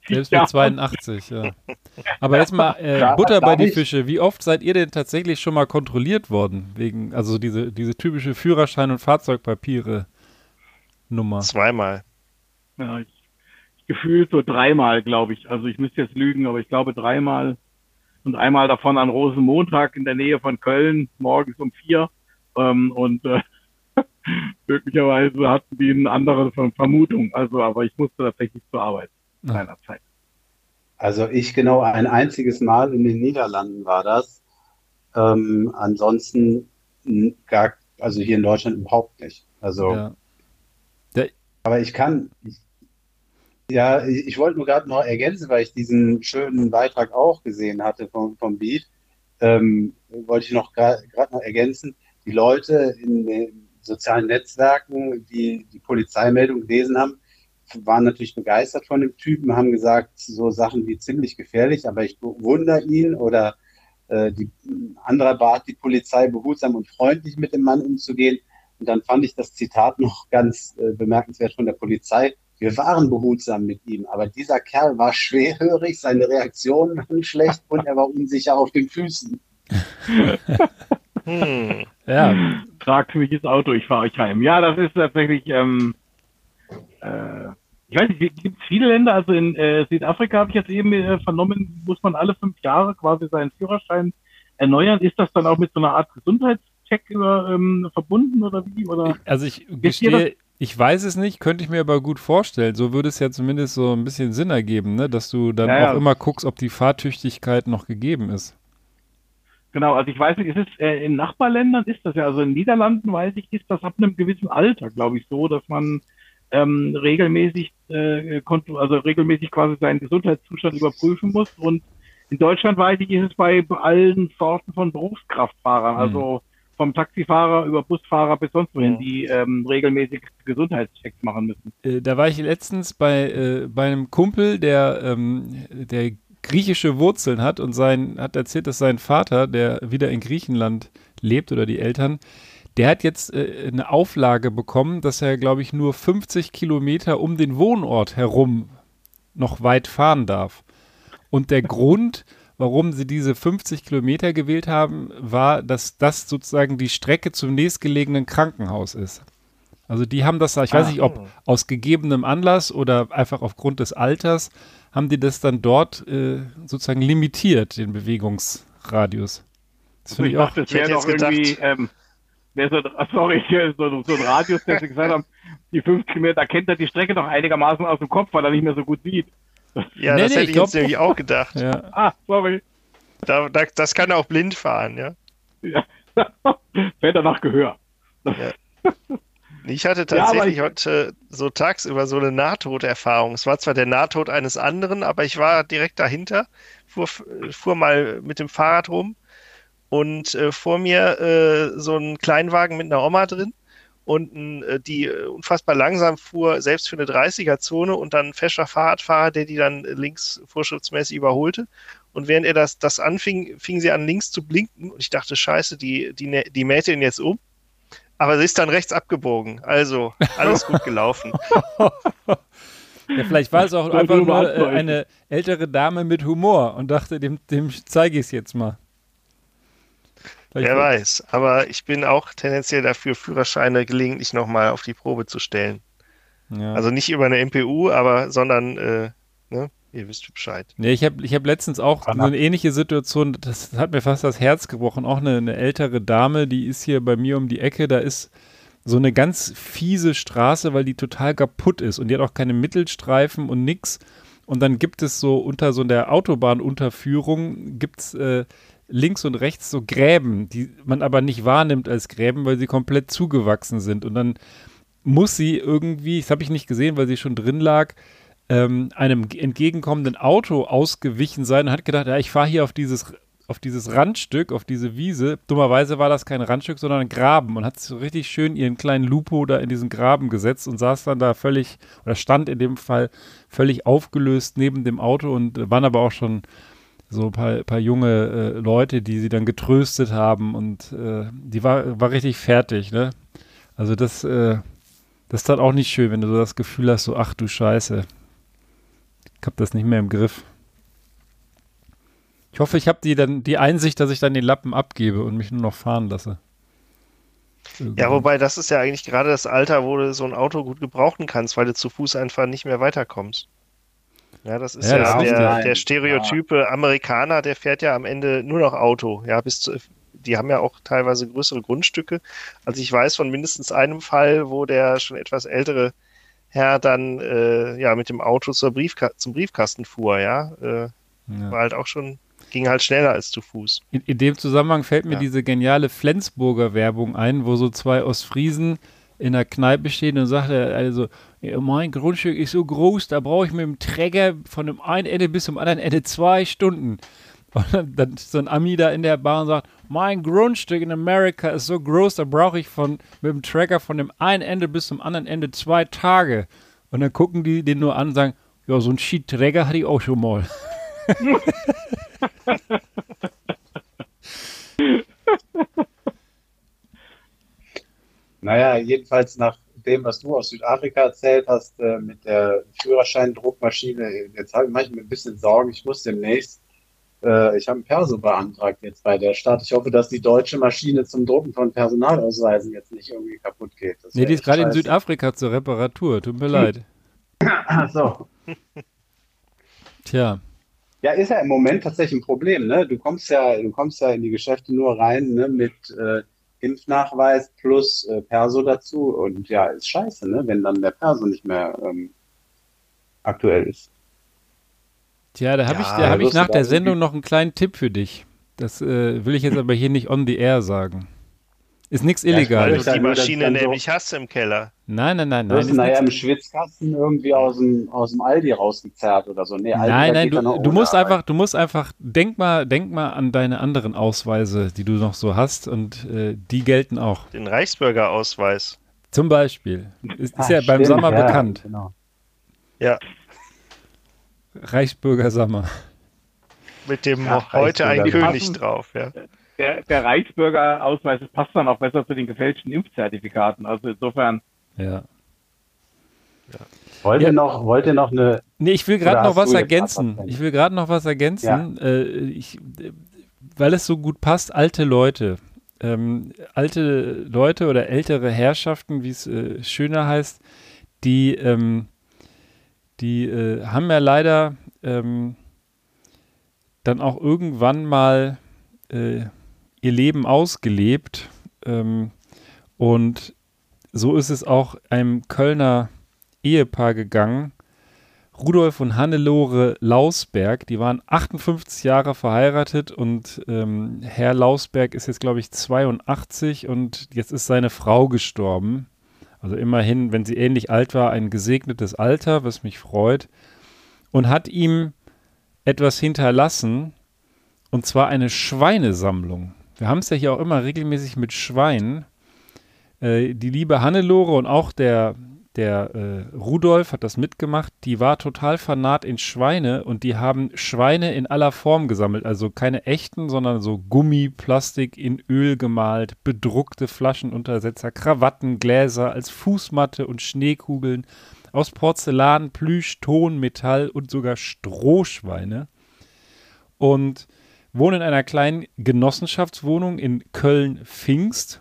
Selbst Ja. mit zweiundachtzig, ja. Aber jetzt mal äh, Ja, Butter bei darf die ich? Fische. Wie oft seid ihr denn tatsächlich schon mal kontrolliert worden? Wegen, also diese, diese typische Führerschein- und Fahrzeugpapiere-Nummer. Zweimal. Ja, ich, ich gefühlt so dreimal, glaube ich. Also ich müsste jetzt lügen, aber ich glaube dreimal. Und einmal davon an Rosenmontag in der Nähe von Köln, morgens um vier. Ähm, und äh, möglicherweise hatten die eine andere Ver- Vermutung. Also, aber ich musste tatsächlich zur Arbeit seinerzeit. Also ich genau ein einziges Mal in den Niederlanden war das. Ähm, ansonsten n- gar, also hier in Deutschland überhaupt nicht. Also, Ja. aber ich kann, ich, ja, ich, ich wollte nur gerade noch ergänzen, weil ich diesen schönen Beitrag auch gesehen hatte vom, vom Beat, ähm, wollte ich noch gerade noch ergänzen, die Leute in den sozialen Netzwerken, die die Polizeimeldung gelesen haben, waren natürlich begeistert von dem Typen, haben gesagt, so Sachen wie ziemlich gefährlich, aber ich bewundere ihn oder äh, die, ein anderer bat die Polizei, behutsam und freundlich mit dem Mann umzugehen. Und dann fand ich das Zitat noch ganz äh, bemerkenswert von der Polizei. Wir waren behutsam mit ihm, aber dieser Kerl war schwerhörig, seine Reaktionen waren schlecht und er war unsicher auf den Füßen. Hm. Ja, Tragt mich ins Auto, ich fahre euch heim. Ja, das ist tatsächlich, ähm, äh, ich weiß nicht, gibt es viele Länder, also in äh, Südafrika habe ich jetzt eben äh, vernommen, muss man alle fünf Jahre quasi seinen Führerschein erneuern. Ist das dann auch mit so einer Art Gesundheitscheck über, ähm, verbunden oder wie? Oder? also ich ihr gestehe, ich weiß es nicht, könnte ich mir aber gut vorstellen. So würde es ja zumindest so ein bisschen Sinn ergeben, ne? Dass du dann Ja, ja. auch immer guckst, ob die Fahrtüchtigkeit noch gegeben ist. Genau, also ich weiß nicht, es ist äh, in Nachbarländern ist das ja, also in den Niederlanden weiß ich, ist das ab einem gewissen Alter, glaube ich, so, dass man ähm, regelmäßig, äh, kont- also regelmäßig quasi seinen Gesundheitszustand überprüfen muss. Und in Deutschland weiß ich, ist es bei allen Sorten von Berufskraftfahrern, Hm. also vom Taxifahrer über Busfahrer bis sonst wohin, Ja. die ähm, regelmäßig Gesundheitschecks machen müssen. Äh, da war ich letztens bei, äh, bei einem Kumpel, der, ähm, der griechische Wurzeln hat und sein, hat erzählt, dass sein Vater, der wieder in Griechenland lebt oder die Eltern, der hat jetzt äh, eine Auflage bekommen, dass er, glaube ich, nur fünfzig Kilometer um den Wohnort herum noch weit fahren darf. Und der Grund, warum sie diese fünfzig Kilometer gewählt haben, war, dass das sozusagen die Strecke zum nächstgelegenen Krankenhaus ist. Also die haben das, ich weiß Ah. nicht, ob aus gegebenem Anlass oder einfach aufgrund des Alters, haben die das dann dort äh, sozusagen limitiert, den Bewegungsradius. Das Also finde ich ich auch. dachte, es ich hätte wäre doch jetzt irgendwie, gedacht- ähm, wäre so, ah, sorry, so, so ein Radius, der sie gesagt haben, die fünf Kilometer, da kennt er die Strecke doch einigermaßen aus dem Kopf, weil er nicht mehr so gut sieht. Ja, Nee, das nee, hätte ich ich glaub- jetzt nämlich auch gedacht. Ja. Ah, sorry. Da, da, das kann er auch blind fahren, ja. Ja. Fällt danach Gehör. Ich hatte Ja, aber tatsächlich ich- heute so tagsüber so eine Nahtoderfahrung. Es war zwar der Nahtod eines anderen, aber ich war direkt dahinter, fuhr, fuhr mal mit dem Fahrrad rum und äh, vor mir äh, so ein Kleinwagen mit einer Oma drin und ein, äh, die äh, unfassbar langsam fuhr, selbst für eine dreißiger-Zone und dann ein fescher Fahrradfahrer, der die dann links vorschriftsmäßig überholte. Und während er das, das anfing, fing sie an links zu blinken und ich dachte, scheiße, die, die, nä- die mäht ihn jetzt um. Aber sie ist dann rechts abgebogen. Also, alles gut gelaufen. Ja, vielleicht war es auch Sollte einfach nur mal nur äh, andeuten. eine ältere Dame mit Humor und dachte, dem, dem zeige ich es jetzt mal. Vielleicht Wer war- weiß. Aber ich bin auch tendenziell dafür, Führerscheine gelegentlich nochmal auf die Probe zu stellen. Ja. Also nicht über eine M P U, aber sondern, äh, ne, ihr wisst Bescheid. Nee, ich habe ich hab letztens auch Kann so eine ähnliche Situation, das hat mir fast das Herz gebrochen. Auch eine, eine ältere Dame, die ist hier bei mir um die Ecke, da ist so eine ganz fiese Straße, weil die total kaputt ist und die hat auch keine Mittelstreifen und nix. Und dann gibt es so unter so der Autobahnunterführung gibt es äh, links und rechts so Gräben, die man aber nicht wahrnimmt als Gräben, weil sie komplett zugewachsen sind. Und dann muss sie irgendwie, das habe ich nicht gesehen, weil sie schon drin lag, ähm, einem entgegenkommenden Auto ausgewichen sein und hat gedacht, ja, ich fahre hier auf dieses, auf dieses Randstück, auf diese Wiese. Dummerweise war das kein Randstück, sondern ein Graben und hat so richtig schön ihren kleinen Lupo da in diesen Graben gesetzt und saß dann da völlig, oder stand in dem Fall völlig aufgelöst neben dem Auto und äh, waren aber auch schon so ein paar, paar junge äh, Leute, die sie dann getröstet haben und äh, die war, war richtig fertig, ne? Also das, äh, das ist dann auch nicht schön, wenn du so das Gefühl hast, so, ach du Scheiße. Ich habe das nicht mehr im Griff. Ich hoffe, ich habe die dann die Einsicht, dass ich dann den Lappen abgebe und mich nur noch fahren lasse. Irgendwie. Ja, wobei das ist ja eigentlich gerade das Alter, wo du so ein Auto gut gebrauchen kannst, weil du zu Fuß einfach nicht mehr weiterkommst. Ja, das ist Ja, ja, das ist der, richtig. der stereotype Amerikaner, der fährt ja am Ende nur noch Auto. Ja, bis zu, die haben ja auch teilweise größere Grundstücke. Also ich weiß von mindestens einem Fall, wo der schon etwas ältere Herr dann äh, ja mit dem Auto zur Briefka zum Briefkasten fuhr, ja. Äh, Ja. War halt auch schon, ging halt schneller als zu Fuß. In, in dem Zusammenhang fällt mir Ja. diese geniale Flensburger Werbung ein, wo so zwei Ostfriesen in der Kneipe stehen und sagt er also, ja, mein Grundstück ist so groß, da brauche ich mit dem Träger von dem einen Ende bis zum anderen Ende zwei Stunden. Und dann, dann ist so ein Ami da in der Bar und sagt, mein Grundstück in Amerika ist so groß, da brauche ich von mit dem Tracker von dem einen Ende bis zum anderen Ende zwei Tage. Und dann gucken die den nur an und sagen, ja, so ein Skiträger hatte ich auch schon mal. Naja, jedenfalls nach dem, was du aus Südafrika erzählt hast, äh, mit der Führerscheindruckmaschine, jetzt habe ich manchmal ein bisschen Sorgen. Ich muss demnächst, äh, ich habe ein Perso beantragt jetzt bei der Stadt. Ich hoffe, dass die deutsche Maschine zum Drucken von Personalausweisen jetzt nicht irgendwie kaputt geht. Das Nee, wäre die ist echt gerade in scheiße. Südafrika zur Reparatur, tut mir leid. Ach so. Tja, Ja, ist ja im Moment tatsächlich ein Problem, ne? Du kommst ja, du kommst ja in die Geschäfte nur rein, ne, mit äh, Impfnachweis plus äh, Perso dazu und ja, ist scheiße, ne, wenn dann der Perso nicht mehr ähm, aktuell ist. tja, da habe Ja, ich, da hab ich wirst du nach da der irgendwie- Sendung noch einen kleinen Tipp für dich. Das äh, will ich jetzt aber hier nicht on the air sagen. Ist nichts Ja, ich Weil weiß Illegales. du nicht. sag die nur, dass Maschine dann so- nämlich hast im Keller. Nein, nein, nein, nein. Wirst du Ist nachher nix, im Schwitzkasten irgendwie aus dem, aus dem Aldi rausgezerrt oder so? Nee, Aldi, nein, da nein, geht dann noch du, du ohne, musst aber- einfach, du musst einfach, denk mal, denk mal an deine anderen Ausweise, die du noch so hast und äh, die gelten auch. Den Reichsbürgerausweis. Zum Beispiel. Ist, ist Ah, ja beim stimmt, Sommer ja, bekannt. Genau. Ja, Reichsbürger Sommer. mit dem Ja, heute ein Reichsbürger. König drauf, ja. Der, der Reichsbürgerausweis das passt dann auch besser zu den gefälschten Impfzertifikaten. Also insofern, Ja. Wollt Ja. ihr noch, wollt ihr noch eine, Nee, ich will gerade Oder noch hast was du jetzt ergänzen. was, was Ich will gerade noch was ergänzen. Äh, ich, äh, weil es so gut passt, alte Leute. Ähm, alte Leute oder ältere Herrschaften, wie es äh, schöner heißt, die, ähm, die äh, haben ja leider ähm, dann auch irgendwann mal äh, ihr Leben ausgelebt. Ähm, und so ist es auch einem Kölner Ehepaar gegangen. Rudolf und Hannelore Lausberg, die waren achtundfünfzig Jahre verheiratet und ähm, Herr Lausberg ist jetzt, glaube ich, zweiundachtzig und jetzt ist seine Frau gestorben. Also immerhin, wenn sie ähnlich alt war, ein gesegnetes Alter, was mich freut. Und hat ihm etwas hinterlassen, und zwar eine Schweinesammlung. Wir haben es ja hier auch immer regelmäßig mit Schweinen. Äh, die liebe Hannelore und auch der Der äh, Rudolf hat das mitgemacht, die war total fanat in Schweine und die haben Schweine in aller Form gesammelt. Also keine echten, sondern so Gummi, Plastik in Öl gemalt, bedruckte Flaschenuntersetzer, Krawatten, Gläser als Fußmatte und Schneekugeln aus Porzellan, Plüsch, Ton, Metall und sogar Strohschweine. Und wohnen in einer kleinen Genossenschaftswohnung in Köln-Pfingst.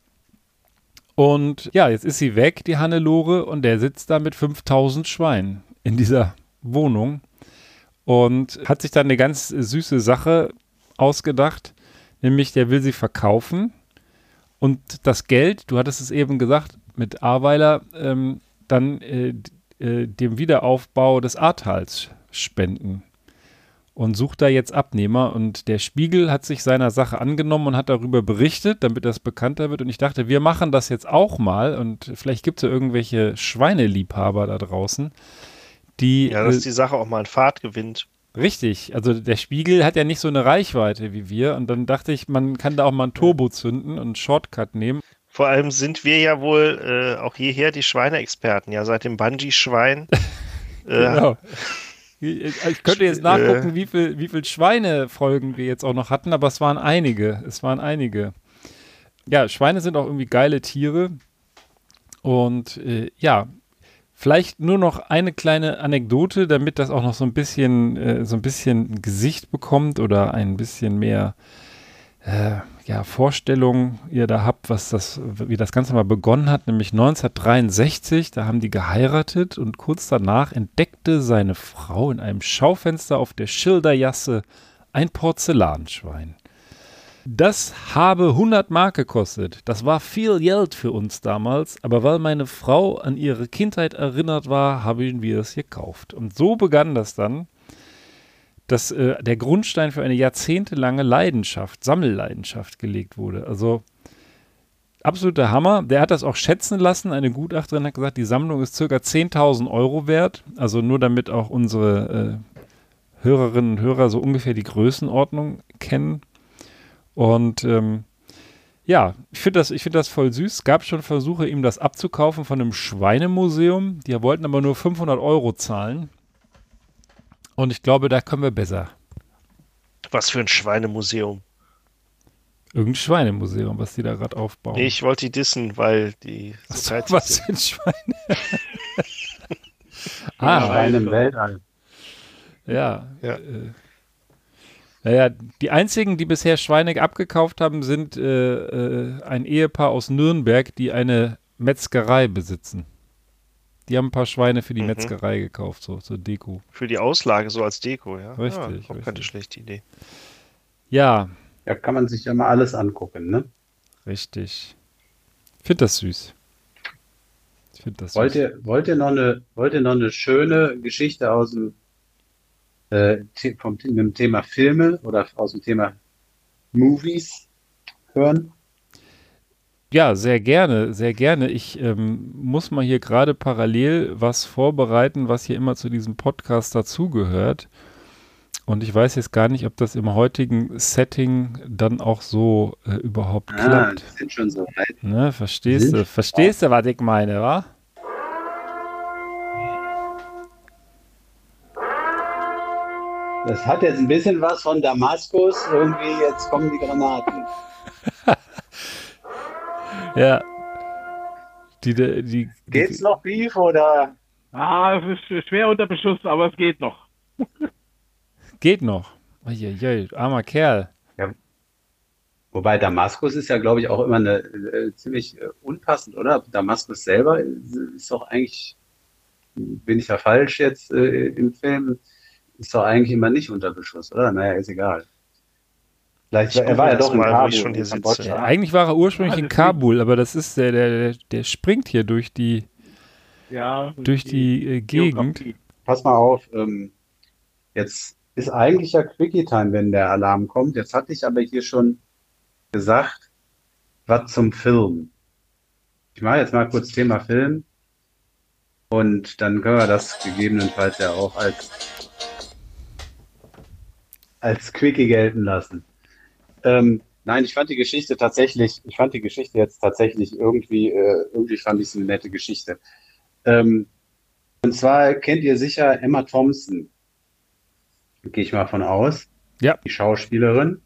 Und ja, jetzt ist sie weg, die Hannelore, und der sitzt da mit fünftausend Schweinen in dieser Wohnung und hat sich dann eine ganz süße Sache ausgedacht, nämlich der will sie verkaufen und das Geld, du hattest es eben gesagt, mit Ahrweiler, ähm, dann äh, äh, dem Wiederaufbau des Ahrtals spenden. Und sucht da jetzt Abnehmer. Und der Spiegel hat sich seiner Sache angenommen und hat darüber berichtet, damit das bekannter wird. Und ich dachte, wir machen das jetzt auch mal. Und vielleicht gibt es ja irgendwelche Schweineliebhaber da draußen, die... Ja, dass äh, die Sache auch mal an Fahrt gewinnt. Richtig. Also der Spiegel hat ja nicht so eine Reichweite wie wir. Und dann dachte ich, man kann da auch mal ein Turbo zünden und einen Shortcut nehmen. Vor allem sind wir ja wohl äh, auch jeher die Schweineexperten, ja, seit dem Bungee-Schwein. äh, Genau. Ich könnte jetzt nachgucken, wie viel, wie viel Schweinefolgen wir jetzt auch noch hatten, aber es waren einige. Es waren einige. Ja, Schweine sind auch irgendwie geile Tiere. Und äh, ja, Vielleicht nur noch eine kleine Anekdote, damit das auch noch so ein bisschen, äh, so ein bisschen Gesicht bekommt oder ein bisschen mehr äh, ja, Vorstellung ihr da habt, was das, wie das Ganze mal begonnen hat, nämlich neunzehnhundertdreiundsechzig, da haben die geheiratet und kurz danach entdeckte seine Frau in einem Schaufenster auf der Schildergasse ein Porzellanschwein. Das habe hundert Mark gekostet. Das war viel Geld für uns damals, aber weil meine Frau an ihre Kindheit erinnert war, haben wir es gekauft. Und so begann das dann, dass äh, der Grundstein für eine jahrzehntelange Leidenschaft, Sammelleidenschaft gelegt wurde. Also absoluter Hammer. Der hat das auch schätzen lassen. Eine Gutachterin hat gesagt, die Sammlung ist circa zehntausend Euro wert. Also nur damit auch unsere äh, Hörerinnen und Hörer so ungefähr die Größenordnung kennen. Und ähm, ja, ich finde das, ich find das voll süß. Es gab schon Versuche, ihm das abzukaufen von einem Schweinemuseum. Die wollten aber nur fünfhundert Euro zahlen. Und ich glaube, da können wir besser. Was für ein Schweinemuseum. Irgendein Schweinemuseum, was die da gerade aufbauen. Nee, ich wollte die dissen, weil die so Achso, geizig was sind. für ein Schweine. Ah, ah, Schweine im Weltall. ja. Ja. Äh, naja, die einzigen, die bisher Schweine abgekauft haben, sind äh, äh, ein Ehepaar aus Nürnberg, die eine Metzgerei besitzen. Die haben ein paar Schweine für die Mhm. Metzgerei gekauft, so zur Deko. Für die Auslage, so als Deko, ja. Richtig, Ja, auch keine richtig. schlechte Idee. Ja, Da kann man sich ja mal alles angucken, ne? richtig. Ich finde das süß. Ich finde das Wollt süß. ihr, wollt ihr noch eine, wollt ihr noch eine schöne Geschichte aus dem, äh, The- vom, mit dem Thema Filme oder aus dem Thema Movies hören? Ja, sehr gerne, sehr gerne. Ich ähm, muss mal hier gerade parallel was vorbereiten, was hier immer zu diesem Podcast dazugehört. Und ich weiß jetzt gar nicht, ob das im heutigen Setting dann auch so äh, überhaupt Ah, klappt. die sind schon so weit. Ne, verstehst Sind du? Verstehst du, was ich meine, wa? Das hat jetzt ein bisschen was von Damaskus. Irgendwie, jetzt kommen die Granaten. Ja. Die, die, die, Geht's noch Beef oder? Ah, es ist schwer unter Beschuss, aber es geht noch. geht noch. Uiuiui, armer Kerl. Wobei Damaskus ist ja, glaube ich, auch immer eine äh, ziemlich äh, unpassend, oder? Damaskus selber ist, ist doch eigentlich, bin ich ja falsch jetzt äh, im Film, ist doch eigentlich immer nicht unter Beschuss, oder? Naja, ist egal. Vielleicht, Ich er war ja google doch in das mal, wo Kabul, ich schon hier in sitze. Kambodscha. Ja, eigentlich war er ursprünglich Ja, in deswegen. Kabul, aber das ist der, der, der, der springt hier durch die, Ja, durch die äh, Gegend. Geografie. Pass mal auf, ähm, jetzt ist eigentlich ja Quickie-Time, wenn der Alarm kommt. Jetzt hatte ich aber hier schon gesagt, was zum Film. Ich mache jetzt mal kurz Thema Film und dann können wir das gegebenenfalls ja auch als, als Quickie gelten lassen. Ähm, nein, ich fand die Geschichte tatsächlich, ich fand die Geschichte jetzt tatsächlich irgendwie, äh, irgendwie fand ich es eine nette Geschichte. Ähm, und zwar kennt ihr sicher Emma Thompson, gehe ich mal von aus, Ja. die Schauspielerin.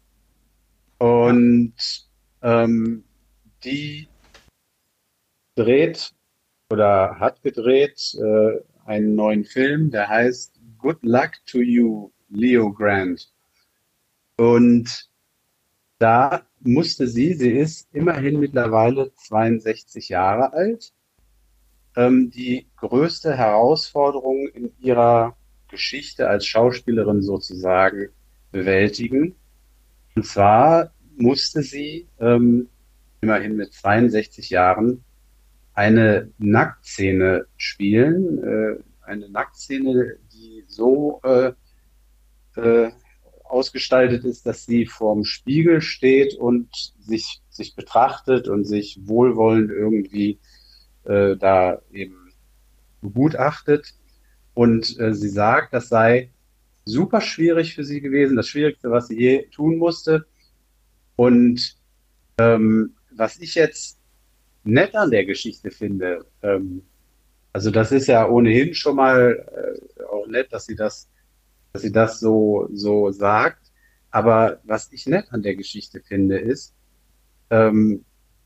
Und ähm, die dreht oder hat gedreht äh, einen neuen Film, der heißt Good Luck to You, Leo Grant. Und da musste sie, sie ist immerhin mittlerweile zweiundsechzig Jahre alt, ähm, die größte Herausforderung in ihrer Geschichte als Schauspielerin sozusagen bewältigen. Und zwar musste sie ähm, immerhin mit zweiundsechzig Jahren eine Nacktszene spielen. Äh, eine Nacktszene, die so äh, äh, ausgestaltet ist, dass sie vorm Spiegel steht und sich, sich betrachtet und sich wohlwollend irgendwie äh, da eben begutachtet. Und äh, sie sagt, das sei super schwierig für sie gewesen, das Schwierigste, was sie je tun musste. Und ähm, was ich jetzt nett an der Geschichte finde, ähm, also das ist ja ohnehin schon mal äh, auch nett, dass sie das, dass sie das so, so sagt. Aber was ich nett an der Geschichte finde, ist, ähm,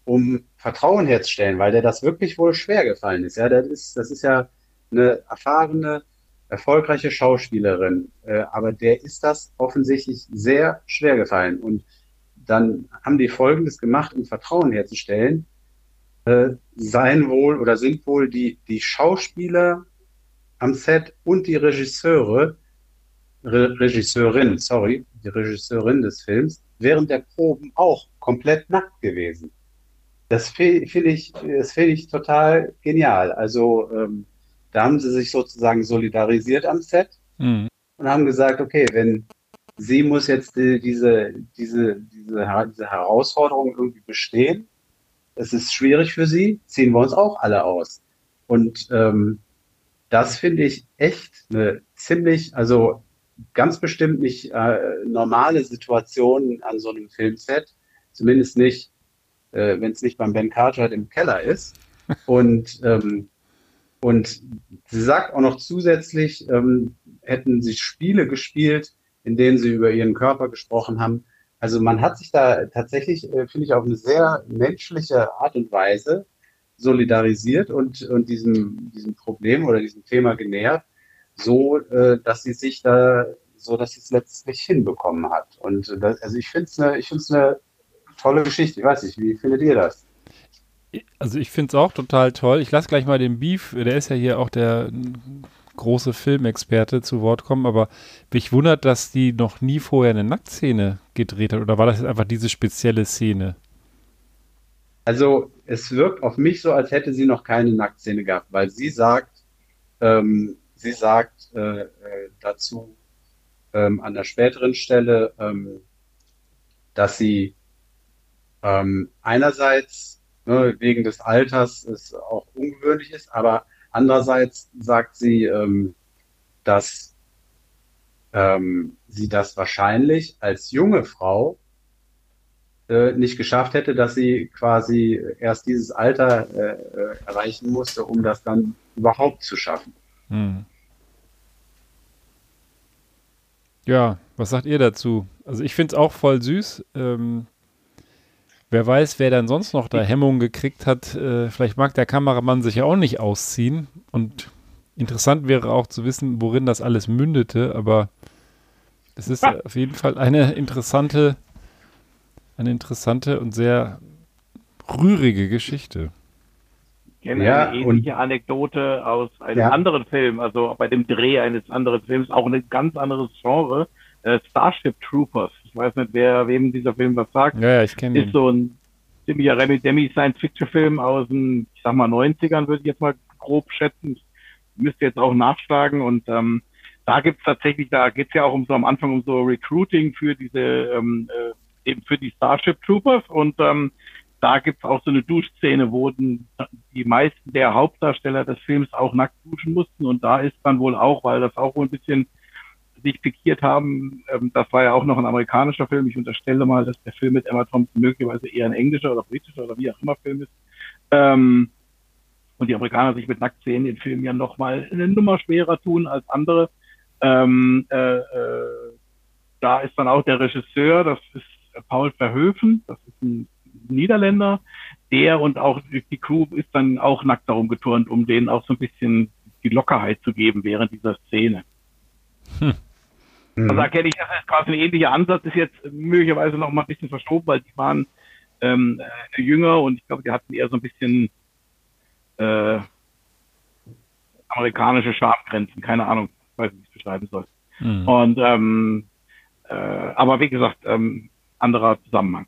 um Vertrauen herzustellen, weil der das wirklich wohl schwer gefallen ist. Ja, das ist, das ist ja eine erfahrene, erfolgreiche Schauspielerin, äh, aber der ist das offensichtlich sehr schwer gefallen. Und dann haben die Folgendes gemacht, um Vertrauen herzustellen. Äh, seien wohl oder sind wohl die, die Schauspieler am Set und die Regisseure, Re Regisseurin, sorry, die Regisseurin des Films, während der Proben auch komplett nackt gewesen. Das finde ich, das finde ich total genial. Also ähm, da haben sie sich sozusagen solidarisiert am Set Mhm. und haben gesagt, okay, wenn sie muss jetzt die, diese, diese, diese, diese Herausforderung irgendwie bestehen, es ist schwierig für sie, ziehen wir uns auch alle aus. Und ähm, das finde ich echt eine ziemlich, also ganz bestimmt nicht äh, normale Situation an so einem Filmset, zumindest nicht, äh, wenn es nicht beim Ben Cartwright im Keller ist. Und, ähm, und sie sagt auch noch zusätzlich, ähm, hätten sie Spiele gespielt, in denen sie über ihren Körper gesprochen haben. Also man hat sich da tatsächlich, äh, finde ich, auf eine sehr menschliche Art und Weise solidarisiert und, und diesem, diesem Problem oder diesem Thema genähert, so, äh, dass sie sich da, so dass sie es letztlich hinbekommen hat. Und das, also ich finde es eine, ich finde es eine tolle Geschichte. Ich weiß nicht, wie findet ihr das? Also ich finde es auch total toll. Ich lasse gleich mal den Beef, der ist ja hier auch der große Filmexperte, zu Wort kommen, aber mich wundert, dass die noch nie vorher eine Nacktszene gedreht hat. Oder war das jetzt einfach diese spezielle Szene? Also es wirkt auf mich so, als hätte sie noch keine Nacktszene gehabt, weil sie sagt, ähm, sie sagt äh, äh, dazu ähm, an der späteren Stelle, ähm, dass sie ähm, einerseits ne, wegen des Alters es auch ungewöhnlich ist, aber andererseits sagt sie, ähm, dass ähm, sie das wahrscheinlich als junge Frau äh, nicht geschafft hätte, dass sie quasi erst dieses Alter äh, äh, erreichen musste, um das dann überhaupt zu schaffen. Hm. Ja, was sagt ihr dazu? Also ich finde es auch voll süß. Ähm, wer weiß, wer dann sonst noch da Hemmungen gekriegt hat. Äh, vielleicht mag der Kameramann sich ja auch nicht ausziehen. Und interessant wäre auch zu wissen, worin das alles mündete. Aber es ist auf jeden Fall eine interessante, eine interessante und sehr rührige Geschichte. Ich kenne Ja, eine und ähnliche Anekdote aus einem ja, anderen Film, also bei dem Dreh eines anderen Films, auch ein ganz anderes Genre, äh, Starship Troopers. Ich weiß nicht, wer wem dieser Film was sagt. Ja, ja, ich kenne Ist ihn. so ein ziemlicher Remi-Demi-Science-Fiction-Film aus den, ich sag mal, neunzigern, würde ich jetzt mal grob schätzen. Ich müsste jetzt auch nachschlagen. Und ähm, da gibt's tatsächlich, da geht's ja auch um so am Anfang um so Recruiting für diese, ähm, äh, eben für die Starship Troopers. Und ähm, da gibt's auch so eine Duschszene, wo den, die meisten der Hauptdarsteller des Films auch nackt duschen mussten. Und da ist dann wohl auch, weil das auch wohl ein bisschen sich pikiert haben, ähm, das war ja auch noch ein amerikanischer Film. Ich unterstelle mal, dass der Film mit Emma Thompson möglicherweise eher ein englischer oder britischer oder wie auch immer Film ist. Ähm, und die Amerikaner sich mit Nacktszenen in Filmen ja nochmal eine Nummer schwerer tun als andere. Ähm, äh, äh, da ist dann auch der Regisseur, das ist Paul Verhoeven, das ist ein Niederländer, der und auch die Crew ist dann auch nackt darum geturnt, um denen auch so ein bisschen die Lockerheit zu geben während dieser Szene. Hm. Also da mhm. kenne ich, das ist quasi ein ähnlicher Ansatz, ist jetzt möglicherweise noch mal ein bisschen verschoben, weil die waren ähm, äh, jünger und ich glaube, die hatten eher so ein bisschen äh, amerikanische Schamgrenzen, keine Ahnung, ich weiß nicht, wie ich es beschreiben soll. Mhm. Und ähm, äh, aber wie gesagt, ähm, anderer Zusammenhang.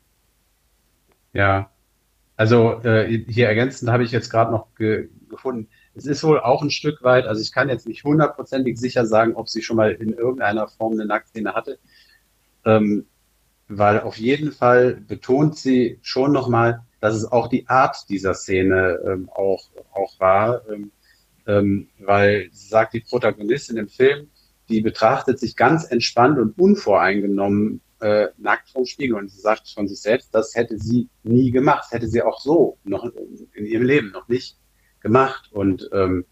Ja. Also äh, hier ergänzend habe ich jetzt gerade noch ge gefunden. Es ist wohl auch ein Stück weit, also ich kann jetzt nicht hundertprozentig sicher sagen, ob sie schon mal in irgendeiner Form eine Nacktszene hatte, ähm, weil auf jeden Fall betont sie schon nochmal, dass es auch die Art dieser Szene ähm, auch, auch war, ähm, ähm, weil sie sagt, die Protagonistin im Film, die betrachtet sich ganz entspannt und unvoreingenommen äh, nackt vom Spiegel und sie sagt von sich selbst, das hätte sie nie gemacht, das hätte sie auch so noch in ihrem Leben noch nicht gemacht und ähm,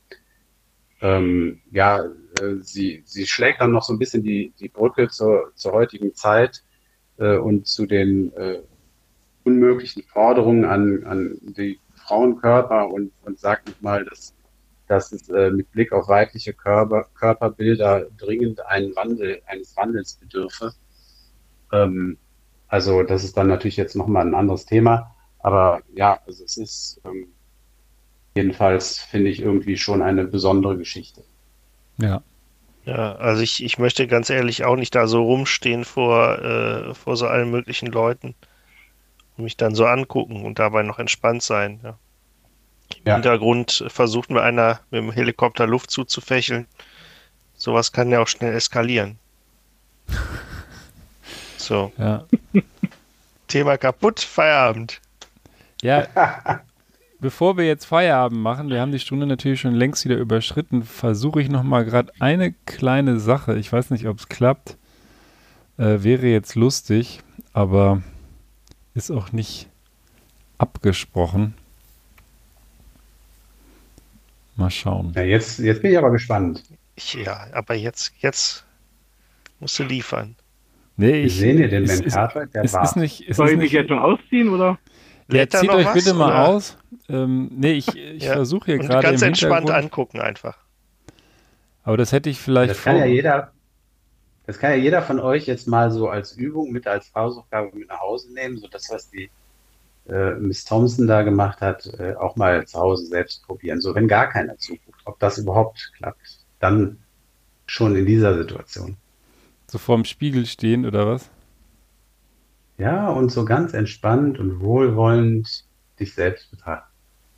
ähm, ja, äh, sie, sie schlägt dann noch so ein bisschen die, die Brücke zur, zur heutigen Zeit äh, und zu den äh, unmöglichen Forderungen an, an die Frauenkörper und, und sagt nicht mal, dass, dass es äh, mit Blick auf weibliche Körper, Körperbilder dringend einen Wandel, eines Wandels bedürfe. Ähm, also das ist dann natürlich jetzt nochmal ein anderes Thema. Aber ja, also es ist ähm, jedenfalls, finde ich, irgendwie schon eine besondere Geschichte. Ja. Ja, also ich, ich möchte ganz ehrlich auch nicht da so rumstehen vor, äh, vor so allen möglichen Leuten und mich dann so angucken und dabei noch entspannt sein. Ja. Im Ja. Hintergrund versucht mir einer mit dem Helikopter Luft zuzufächeln. Sowas kann ja auch schnell eskalieren. So, Ja. Thema kaputt, Feierabend. Ja, bevor wir jetzt Feierabend machen, wir haben die Stunde natürlich schon längst wieder überschritten, versuche ich nochmal gerade eine kleine Sache, ich weiß nicht, ob es klappt, äh, wäre jetzt lustig, aber ist auch nicht abgesprochen. Mal schauen. Ja, jetzt, jetzt bin ich aber gespannt. Ich, ja, aber jetzt, jetzt musst du liefern. Nee, Wie ich, sehen ihr den es, Ben es, Cartwright? Der es war. ist nicht, es Soll ist ich mich nicht, jetzt schon ausziehen oder? ja, Lädt da zieht noch euch was, bitte mal oder? aus. Ähm, nee, ich, ich Ja. versuche hier Und gerade im ganz entspannt Hintergrund, angucken einfach. aber das hätte ich vielleicht Das kann ja vor- jeder, das kann ja jeder von euch jetzt mal so als Übung mit, als Hausaufgabe mit nach Hause nehmen, so das, was die äh, Miss Thompson da gemacht hat, äh, auch mal zu Hause selbst probieren. So, wenn gar keiner zuguckt, ob das überhaupt klappt, dann schon in dieser Situation. so vorm Spiegel stehen oder was? Ja, und so ganz entspannt und wohlwollend dich selbst betrachten.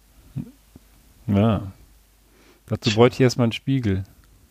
Ja. Dazu bräuchte ich erstmal einen Spiegel.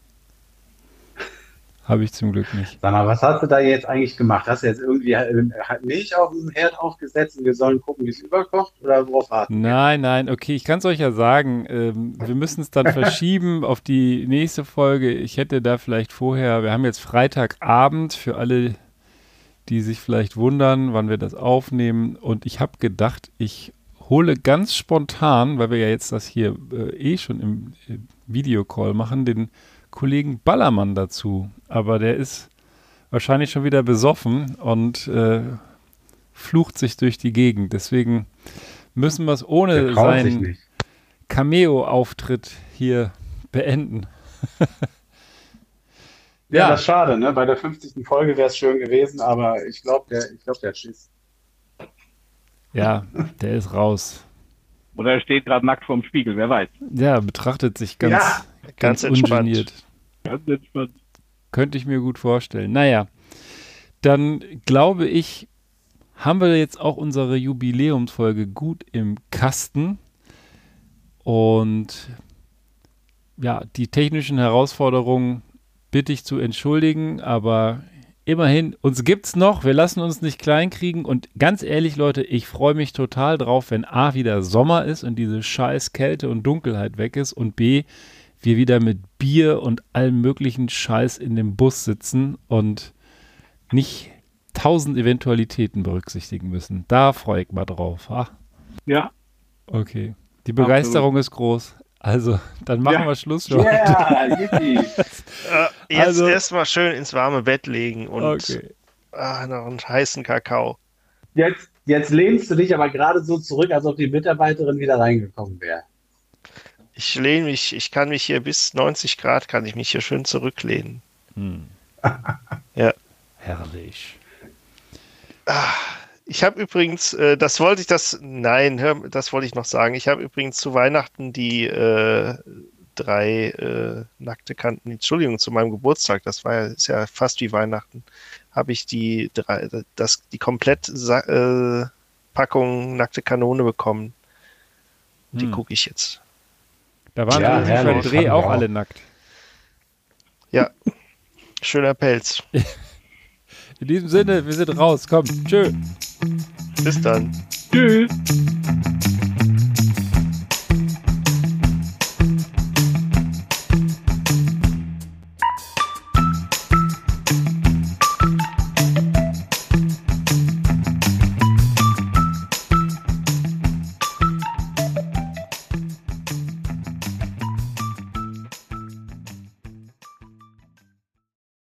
Habe ich zum Glück nicht. Sag mal, was hast du da jetzt eigentlich gemacht? Hast du jetzt irgendwie äh, Milch auf dem Herd aufgesetzt und wir sollen gucken, wie es überkocht? Oder worauf warten wir? Nein, nein, okay, ich kann es euch ja sagen. Ähm, wir müssen es dann verschieben auf die nächste Folge. Ich hätte da vielleicht vorher, wir haben jetzt Freitagabend für alle, die sich vielleicht wundern, wann wir das aufnehmen. Und ich habe gedacht, ich hole ganz spontan, weil wir ja jetzt das hier äh, eh schon im äh, Videocall machen, den Kollegen Ballermann dazu. Aber der ist wahrscheinlich schon wieder besoffen und äh, flucht sich durch die Gegend. Deswegen müssen wir es Der ohne traut sich seinen nicht. Cameo-Auftritt hier beenden. Ja, Ja. das ist schade, ne? Bei der fünfzigsten Folge wäre es schön gewesen, aber ich glaube, der, ich glaub, der hat Schiss. Ja, der ist raus. Oder er steht gerade nackt vorm Spiegel, wer weiß. Ja, betrachtet sich ganz, Ja, ganz ganz entspannt. ungeniert. Ganz entspannt. Könnte ich mir gut vorstellen. Naja, dann glaube ich, haben wir jetzt auch unsere Jubiläumsfolge gut im Kasten. Und ja, die technischen Herausforderungen bitte ich zu entschuldigen, aber immerhin, uns gibt's noch, wir lassen uns nicht kleinkriegen und ganz ehrlich, Leute, ich freue mich total drauf, wenn A, wieder Sommer ist und diese scheiß Kälte und Dunkelheit weg ist und B, wir wieder mit Bier und allem möglichen Scheiß in dem Bus sitzen und nicht tausend Eventualitäten berücksichtigen müssen. Da freue ich mal drauf. Ah, Ja, okay. Die Begeisterung ist groß. Also, dann machen Ja. wir Schluss für heute. ja, yippie. Äh, jetzt Also- erstmal schön ins warme Bett legen und Okay. ah, noch einen heißen Kakao. Jetzt, jetzt lehnst du dich aber gerade so zurück, als ob die Mitarbeiterin wieder reingekommen wäre. Ich lehne mich, ich kann mich hier bis neunzig Grad, kann ich mich hier schön zurücklehnen. Hm. Ja. Herrlich. Ich habe übrigens, äh, das wollte ich das, nein, hör, das wollte ich noch sagen. Ich habe übrigens zu Weihnachten die äh, drei äh, nackte Kanten, Entschuldigung, zu meinem Geburtstag, das war ja, ist ja fast wie Weihnachten, habe ich die drei, das, die komplett äh, Packung nackte Kanone bekommen. Die Hm. gucke ich jetzt. Da waren Ja, übrigens beim herrlich, Dreh fanden wir auch auch. alle nackt. Ja, schöner Pelz. In diesem Sinne, wir sind raus. Komm, tschö. Bis dann. tschüss.